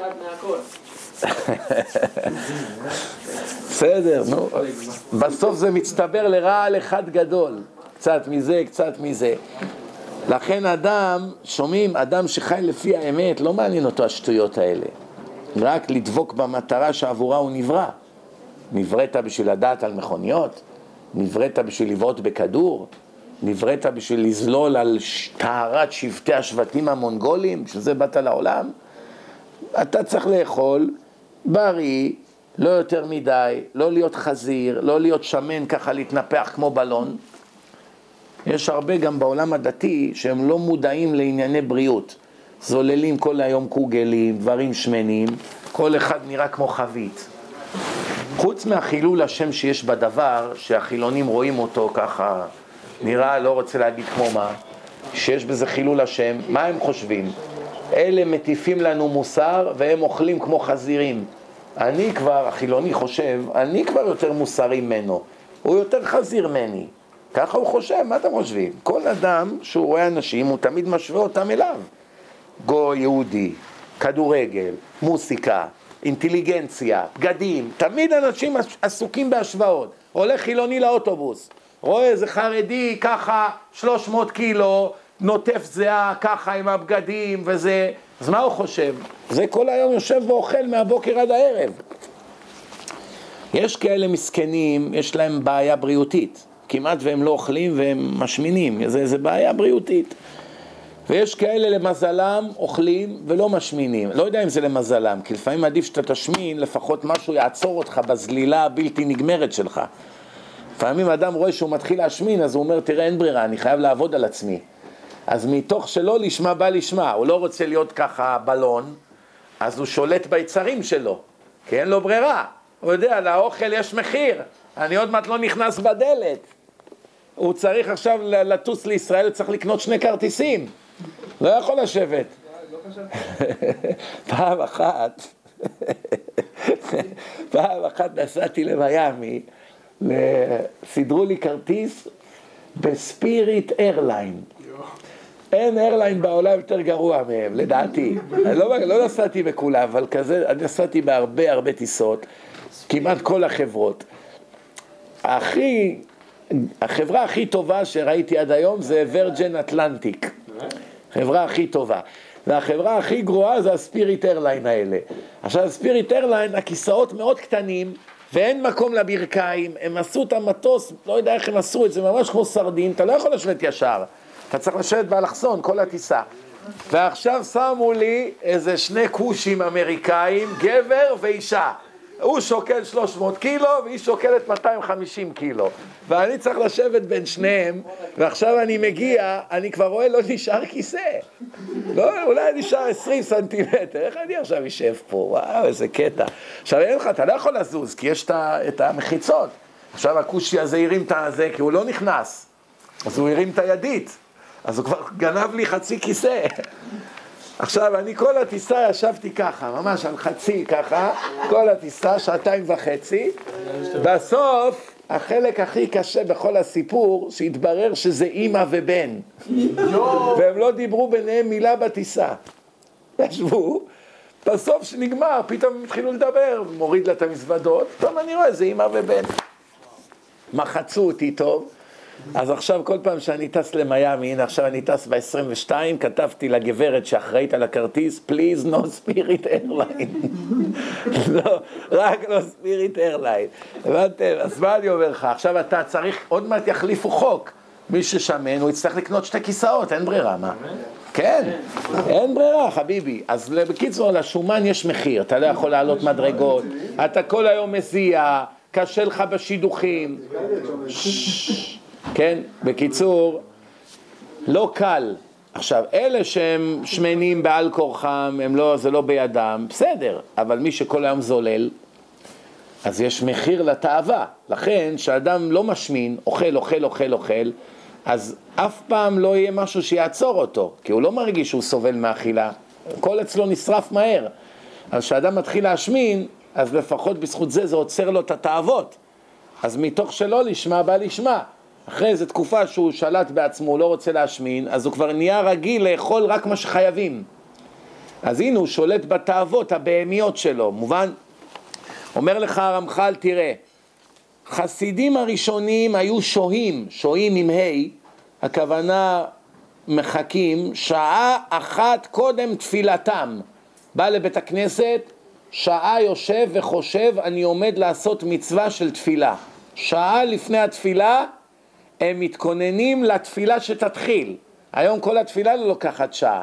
בסדר, נו. בסוף זה מצטבר לרעל אחד גדול. קצת מזה, קצת מזה. לכן אדם, שומעים, אדם שחי לפי האמת, לא מעניין אותו השטויות האלה. רק לדבוק במטרה שעבורה הוא נברא. נבראת בשביל לדעת על מכוניות, נבראת בשביל לבעוט בכדור, נבראת בשביל לזלול על טהרת שבטי השבטים המונגולים, שזה באת לעולם. אתה צריך לאכול בריא, לא יותר מדי, לא להיות חזיר, לא להיות שמן ככה להתנפח כמו בלון. יש הרבה גם בעולם הדתי שהם לא מודעים לענייני בריאות. זוללים כל היום קוגלים, דברים שמנים, כל אחד נראה כמו חבית. חוץ מהחילול השם שיש בדבר, שהחילונים רואים אותו ככה, נראה, לא רוצה להגיד כמו מה, שיש בזה חילול השם, מה הם חושבים? אלה מטיפים לנו מוסר והם אוכלים כמו חזירים. אני כבר, החילוני חושב, אני כבר יותר מוסרי ממנו, הוא יותר חזיר מני. ככה הוא חושב, מה אתם חושבים? כל אדם שהוא רואה אנשים, הוא תמיד משווה אותם אליו. גו יהודי, כדורגל, מוסיקה, אינטליגנציה, בגדים, תמיד אנשים עסוקים בהשוואות. הולך חילוני לאוטובוס, רואה איזה חרדי ככה שלוש מאות קילו, נוטף זהה ככה עם הבגדים וזה, אז מה הוא חושב? זה כל היום יושב ואוכל מהבוקר עד הערב. יש כאלה מסכנים, יש להם בעיה בריאותית, כמעט והם לא אוכלים והם משמינים, זה, זה בעיה בריאותית. ויש כאלה למזלם אוכלים ולא משמינים. לא יודע אם זה למזלם, כי לפעמים עדיף שאתה תשמין, לפחות משהו יעצור אותך בזלילה הבלתי נגמרת שלך. לפעמים אדם רואה שהוא מתחיל להשמין, אז הוא אומר, תראה, אין ברירה, אני חייב לעבוד על עצמי. אז מתוך שלא לשמה בא לשמה, הוא לא רוצה להיות ככה בלון, אז הוא שולט ביצרים שלו, כי אין לו ברירה. הוא יודע, לאוכל יש מחיר, אני עוד מעט לא נכנס בדלת. הוא צריך עכשיו לטוס לישראל, צריך לקנות שני כרטיסים. לא יכול לשבת. פעם אחת, פעם אחת נסעתי למיאמי, סידרו לי כרטיס בספיריט איירליין. אין איירליין בעולם יותר גרוע מהם, לדעתי. אני לא, לא נסעתי בכולה, אבל כזה, אני נסעתי בהרבה הרבה טיסות, כמעט כל החברות. הכי, החברה הכי טובה שראיתי עד היום זה וירג'ן אטלנטיק. חברה הכי טובה. והחברה הכי גרועה זה הספיריט איירליין האלה. עכשיו, הספיריט איירליין, הכיסאות מאוד קטנים, ואין מקום לברכיים, הם עשו את המטוס, לא יודע איך הם עשו את זה, ממש כמו סרדין, אתה לא יכול לשבת ישר, אתה צריך לשבת באלכסון, כל הטיסה. ועכשיו שמו לי איזה שני קושים אמריקאים, גבר ואישה. הוא שוקל שלוש מאות קילו, והיא שוקלת מאתיים וחמישים קילו. ואני צריך לשבת בין שניהם, ועכשיו אני מגיע, אני כבר רואה, לא נשאר כיסא. לא, אולי נשאר עשרים סנטימטר, איך אני עכשיו אשב פה? וואו, איזה קטע. עכשיו, אין לך, אתה לא יכול לזוז, כי יש את המחיצות. עכשיו הקושי הזה הרים את הזה, כי הוא לא נכנס. אז הוא הרים את הידית. אז הוא כבר גנב לי חצי כיסא. עכשיו, אני כל הטיסה ישבתי ככה, ממש על חצי ככה, כל הטיסה, שעתיים וחצי. בסוף, החלק הכי קשה בכל הסיפור, שהתברר שזה אמא ובן. והם לא דיברו ביניהם מילה בטיסה. ישבו, בסוף שנגמר, פתאום הם התחילו לדבר, מוריד לה את המזוודות, פתאום אני רואה, זה אמא ובן. מחצו אותי טוב, אז עכשיו כל פעם שאני טס למיימי, הנה עכשיו אני טס ב-עשרים ושתיים, כתבתי לגברת שאחראית על הכרטיס, please no spirit airline. לא, רק לא spirit airline. הבנתם? אז מה אני אומר לך? עכשיו אתה צריך, עוד מעט יחליפו חוק. מי ששמן, הוא יצטרך לקנות שתי כיסאות, אין ברירה, מה? כן, אין ברירה, חביבי. אז בקיצור, לשומן יש מחיר, אתה לא יכול לעלות מדרגות, אתה כל היום מזיע, קשה לך בשידוכים. כן, בקיצור, לא קל. עכשיו, אלה שהם שמנים בעל כורחם, הם לא, זה לא בידם, בסדר, אבל מי שכל היום זולל, אז יש מחיר לתאווה. לכן, שאדם לא משמין, אוכל, אוכל, אוכל, אוכל, אז אף פעם לא יהיה משהו שיעצור אותו, כי הוא לא מרגיש שהוא סובל מאכילה, כל אצלו נשרף מהר. אז כשאדם מתחיל להשמין, אז לפחות בזכות זה, זה עוצר לו את התאוות. אז מתוך שלא לשמה, בא לשמה. אחרי איזו תקופה שהוא שלט בעצמו, הוא לא רוצה להשמין, אז הוא כבר נהיה רגיל לאכול רק מה שחייבים. אז הנה הוא שולט בתאוות הבהמיות שלו, מובן? אומר לך הרמח"ל, תראה, חסידים הראשונים היו שוהים, שוהים עם ה', הכוונה מחכים שעה אחת קודם תפילתם. בא לבית הכנסת, שעה יושב וחושב, אני עומד לעשות מצווה של תפילה. שעה לפני התפילה, הם מתכוננים לתפילה שתתחיל. היום כל התפילה לא לוקחת שעה.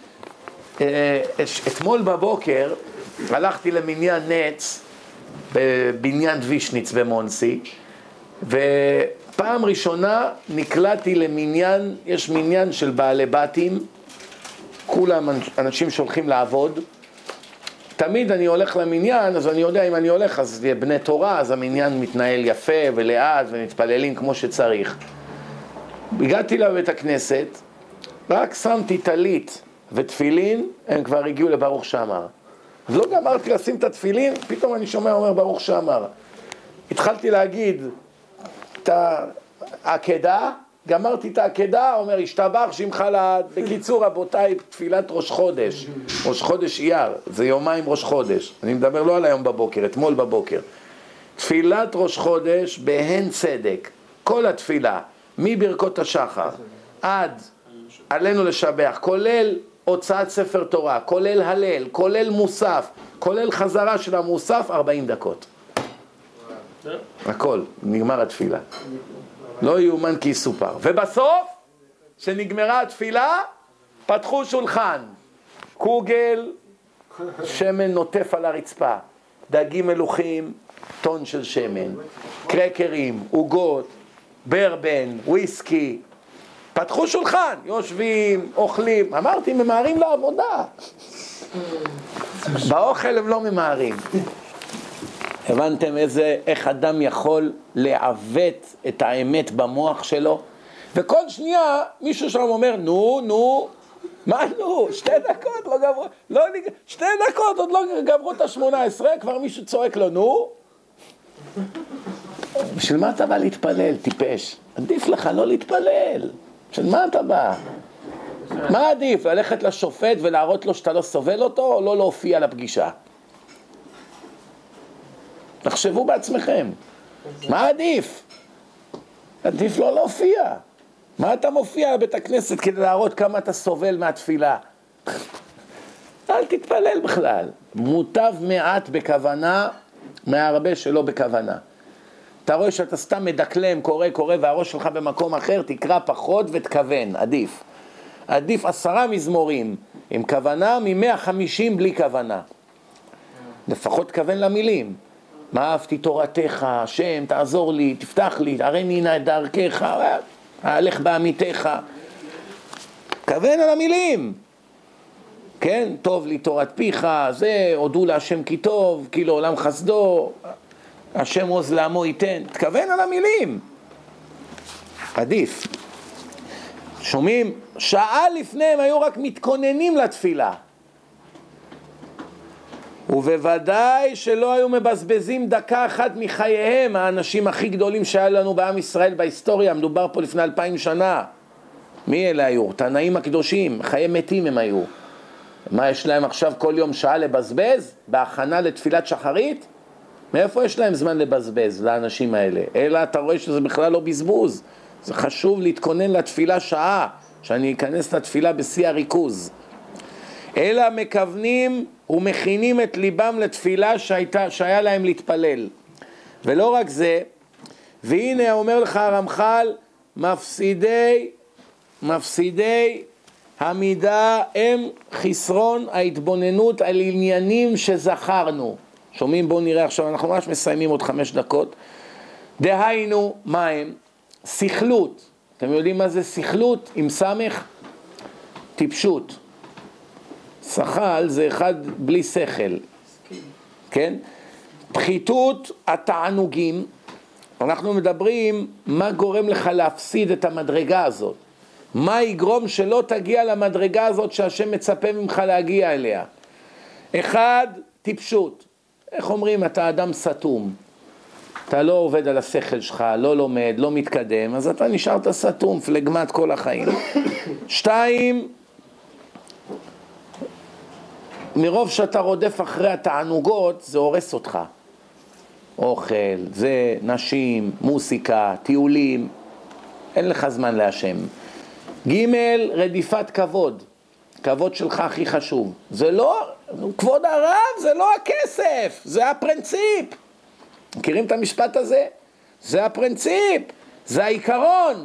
אתמול בבוקר הלכתי למניין נץ, בבניין דווישניץ במונסי, ופעם ראשונה נקלעתי למניין, יש מניין של בעלי בתים, כולם אנשים שהולכים לעבוד, תמיד אני הולך למניין, אז אני יודע אם אני הולך, אז בני תורה, אז המניין מתנהל יפה ולאט ונתפללים כמו שצריך. הגעתי לבית הכנסת, רק שמתי טלית ותפילין, הם כבר הגיעו לברוך שאמר. אז לא גמרתי לשים את התפילין, פתאום אני שומע אומר ברוך שאמר. התחלתי להגיד את העקדה, גמרתי את העקדה, אומר השתבח שמך לעד. בקיצור רבותיי, תפילת ראש חודש, ראש חודש אייר, זה יומיים ראש חודש, אני מדבר לא על היום בבוקר, אתמול בבוקר. תפילת ראש חודש בהן צדק, כל התפילה, מברכות השחר עד עלינו לשבח, כולל הוצאת ספר תורה, כולל הלל, כולל מוסף, כולל חזרה של המוסף, ארבעים דקות. הכל, נגמר התפילה. לא יאומן כי יסופר. ובסוף, שנגמרה התפילה, פתחו שולחן. קוגל, שמן נוטף על הרצפה, דגים מלוכים, טון של שמן, קרקרים, עוגות, ברבן, וויסקי. פתחו שולחן, יושבים, אוכלים. אמרתי, ממהרים לעבודה. באוכל הם לא ממהרים. הבנתם איזה, איך אדם יכול לעוות את האמת במוח שלו? וכל שנייה מישהו שם אומר, נו, נו, מה נו? שתי דקות לא גמרו, לא, שתי דקות עוד לא גמרו את השמונה עשרה, כבר מישהו צועק לו, נו? בשביל מה אתה בא להתפלל, טיפש? עדיף לך לא להתפלל. בשביל מה אתה בא? מה עדיף? ללכת לשופט ולהראות לו שאתה לא סובל אותו, או לא להופיע לפגישה? תחשבו בעצמכם. מה עדיף? עדיף לא להופיע. מה אתה מופיע בבית הכנסת כדי להראות כמה אתה סובל מהתפילה? אל תתפלל בכלל. מוטב מעט בכוונה, מהרבה שלא בכוונה. אתה רואה שאתה סתם מדקלם, קורא, קורא, והראש שלך במקום אחר, תקרא פחות ותכוון, עדיף. עדיף עשרה מזמורים עם כוונה, מ-מאה וחמישים בלי כוונה. לפחות תכוון למילים. מה אהבתי תורתך, השם, תעזור לי, תפתח לי, הראני נא את דרכך, הלך בעמיתך. כוון על המילים. כן, טוב לי תורת פיך, זה, הודו להשם כי טוב, כי לעולם חסדו, השם עוז לעמו ייתן. תכוון על המילים. עדיף. שומעים? שעה לפניהם היו רק מתכוננים לתפילה. ובוודאי שלא היו מבזבזים דקה אחת מחייהם, האנשים הכי גדולים שהיה לנו בעם ישראל בהיסטוריה, מדובר פה לפני אלפיים שנה. מי אלה היו? תנאים הקדושים, חיי מתים הם היו. מה יש להם עכשיו כל יום שעה לבזבז? בהכנה לתפילת שחרית? מאיפה יש להם זמן לבזבז לאנשים האלה? אלא אתה רואה שזה בכלל לא בזבוז. זה חשוב להתכונן לתפילה שעה, שאני אכנס לתפילה בשיא הריכוז. אלא מכוונים ומכינים את ליבם לתפילה שהייתה, שהיה להם להתפלל. ולא רק זה, והנה אומר לך הרמח"ל, מפסידי, מפסידי המידה הם חסרון ההתבוננות על עניינים שזכרנו. שומעים? בואו נראה עכשיו, אנחנו ממש מסיימים עוד חמש דקות. דהיינו, מה הם? שכלות. אתם יודעים מה זה שכלות? עם סמך? טיפשות. שכל זה אחד בלי שכל. כן? פחיתות התענוגים. אנחנו מדברים מה גורם לך להפסיד את המדרגה הזאת. מה יגרום שלא תגיע למדרגה הזאת שהשם מצפה ממך להגיע אליה. אחד, טיפשות. איך אומרים? אתה אדם סתום. אתה לא עובד על השכל שלך, לא לומד, לא מתקדם, אז אתה נשארת סתום, פלגמת כל החיים. שתיים, מרוב שאתה רודף אחרי התענוגות, זה הורס אותך. אוכל, זה, נשים, מוסיקה, טיולים, אין לך זמן להשם. ג' רדיפת כבוד, כבוד שלך הכי חשוב. זה לא, כבוד הרב, זה לא הכסף, זה הפרינציפ. מכירים את המשפט הזה? זה הפרינציפ, זה העיקרון.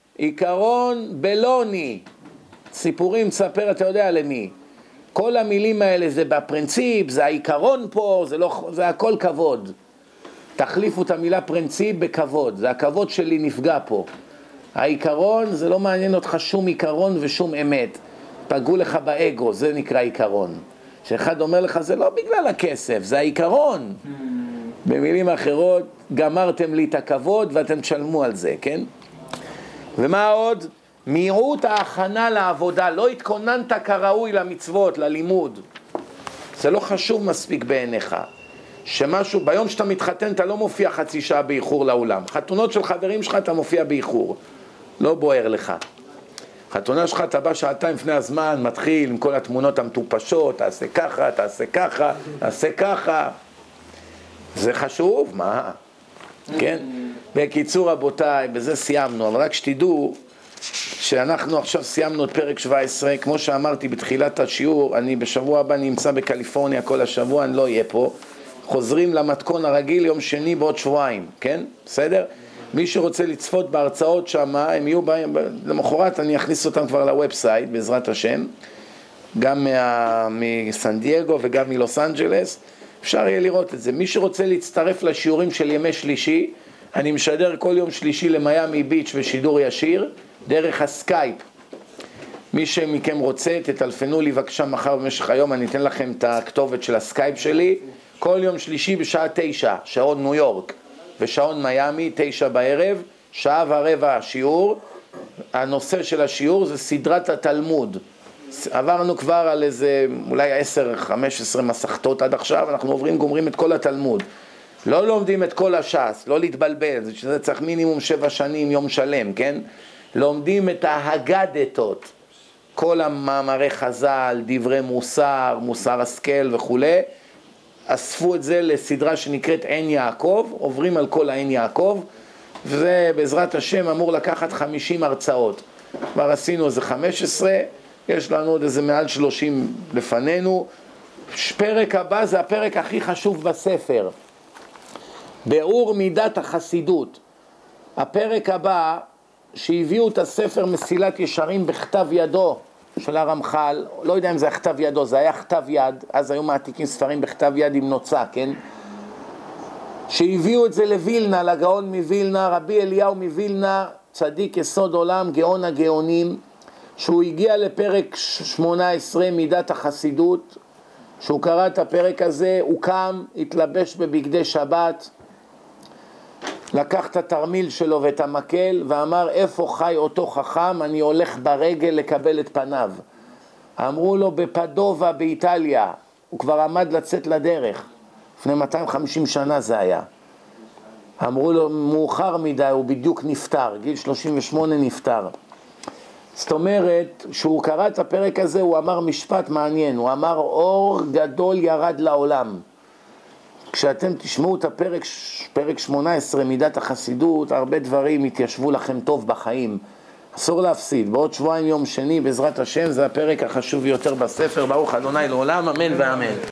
עיקרון בלוני. סיפורים, תספר, אתה יודע למי. כל המילים האלה זה בפרינציפ, זה העיקרון פה, זה, לא, זה הכל כבוד. תחליפו את המילה פרינציפ בכבוד, זה הכבוד שלי נפגע פה. העיקרון זה לא מעניין אותך שום עיקרון ושום אמת. פגעו לך באגו, זה נקרא עיקרון. שאחד אומר לך זה לא בגלל הכסף, זה העיקרון. במילים אחרות, גמרתם לי את הכבוד ואתם תשלמו על זה, כן? ומה עוד? מהירות ההכנה לעבודה, לא התכוננת כראוי למצוות, ללימוד. זה לא חשוב מספיק בעיניך. שמשהו, ביום שאתה מתחתן אתה לא מופיע חצי שעה באיחור לאולם. חתונות של חברים שלך אתה מופיע באיחור. לא בוער לך. חתונה שלך אתה בא שעתיים לפני הזמן, מתחיל עם כל התמונות המטופשות, תעשה ככה, תעשה ככה, תעשה ככה. זה חשוב, מה? כן? בקיצור רבותיי, בזה סיימנו, אבל רק שתדעו שאנחנו עכשיו סיימנו את פרק שבע עשרה, כמו שאמרתי בתחילת השיעור, אני בשבוע הבא נמצא בקליפורניה כל השבוע, אני לא אהיה פה. חוזרים למתכון הרגיל יום שני בעוד שבועיים, כן? בסדר? מי שרוצה לצפות בהרצאות שם, הם יהיו בהם, למחרת אני אכניס אותם כבר לוובסייט, בעזרת השם, גם מה, מסן דייגו וגם מלוס אנג'לס, אפשר יהיה לראות את זה. מי שרוצה להצטרף לשיעורים של ימי שלישי, אני משדר כל יום שלישי למיימי ביץ' בשידור ישיר, דרך הסקייפ. מי שמכם רוצה, תטלפנו לי בבקשה מחר במשך היום, אני אתן לכם את הכתובת של הסקייפ שלי, כל יום שלישי בשעה תשע, שעון ניו יורק, ושעון מיימי, תשע בערב, שעה ורבע שיעור. הנושא של השיעור זה סדרת התלמוד. עברנו כבר על איזה, אולי עשר חמש עשרה מסכתות עד עכשיו, אנחנו עוברים, גומרים את כל התלמוד. לא לומדים את כל הש"ס, לא להתבלבל, זה צריך מינימום שבע שנים, יום שלם, כן? לומדים את ההגדתות, כל המאמרי חז"ל, דברי מוסר, מוסר השכל וכו'. אספו את זה לסדרה שנקראת עין יעקב, עוברים על כל העין יעקב, וזה בעזרת השם אמור לקחת חמישים הרצאות. כבר עשינו איזה חמש עשרה, יש לנו עוד איזה מעל שלושים לפנינו. פרק הבא זה הפרק הכי חשוב בספר, ביאור מידת החסידות. הפרק הבא שהביאו את הספר מסילת ישרים בכתב ידו של הרמח"ל, לא יודע אם זה היה כתב ידו, זה היה כתב יד, אז היו מעתיקים ספרים בכתב יד עם נוצה, כן? שהביאו את זה לווילנה, לגאון מווילנה, רבי אליהו מווילנה, צדיק יסוד עולם, גאון הגאונים, שהוא הגיע לפרק שמונה עשרה, מידת החסידות. שהוא קרא את הפרק הזה, הוא קם, התלבש בבגדי שבת, לקח את התרמיל שלו ואת המקל ואמר, איפה חי אותו חכם? אני הולך ברגל לקבל את פניו. אמרו לו בפדובה באיטליה, הוא כבר עמד לצאת לדרך, לפני מאתיים וחמישים שנה זה היה. אמרו לו מאוחר מדי, הוא בדיוק נפטר, גיל שלושים ושמונה נפטר. זאת אומרת, שהוא קרא את הפרק הזה, הוא אמר משפט מעניין, הוא אמר אור גדול ירד לעולם. כשאתם תשמעו את הפרק, פרק שמונה עשרה, מידת החסידות, הרבה דברים יתיישבו לכם טוב בחיים. אסור להפסיד. בעוד שבועיים יום שני, בעזרת השם, זה הפרק החשוב ביותר בספר. ברוך ה' לעולם, אמן ואמן.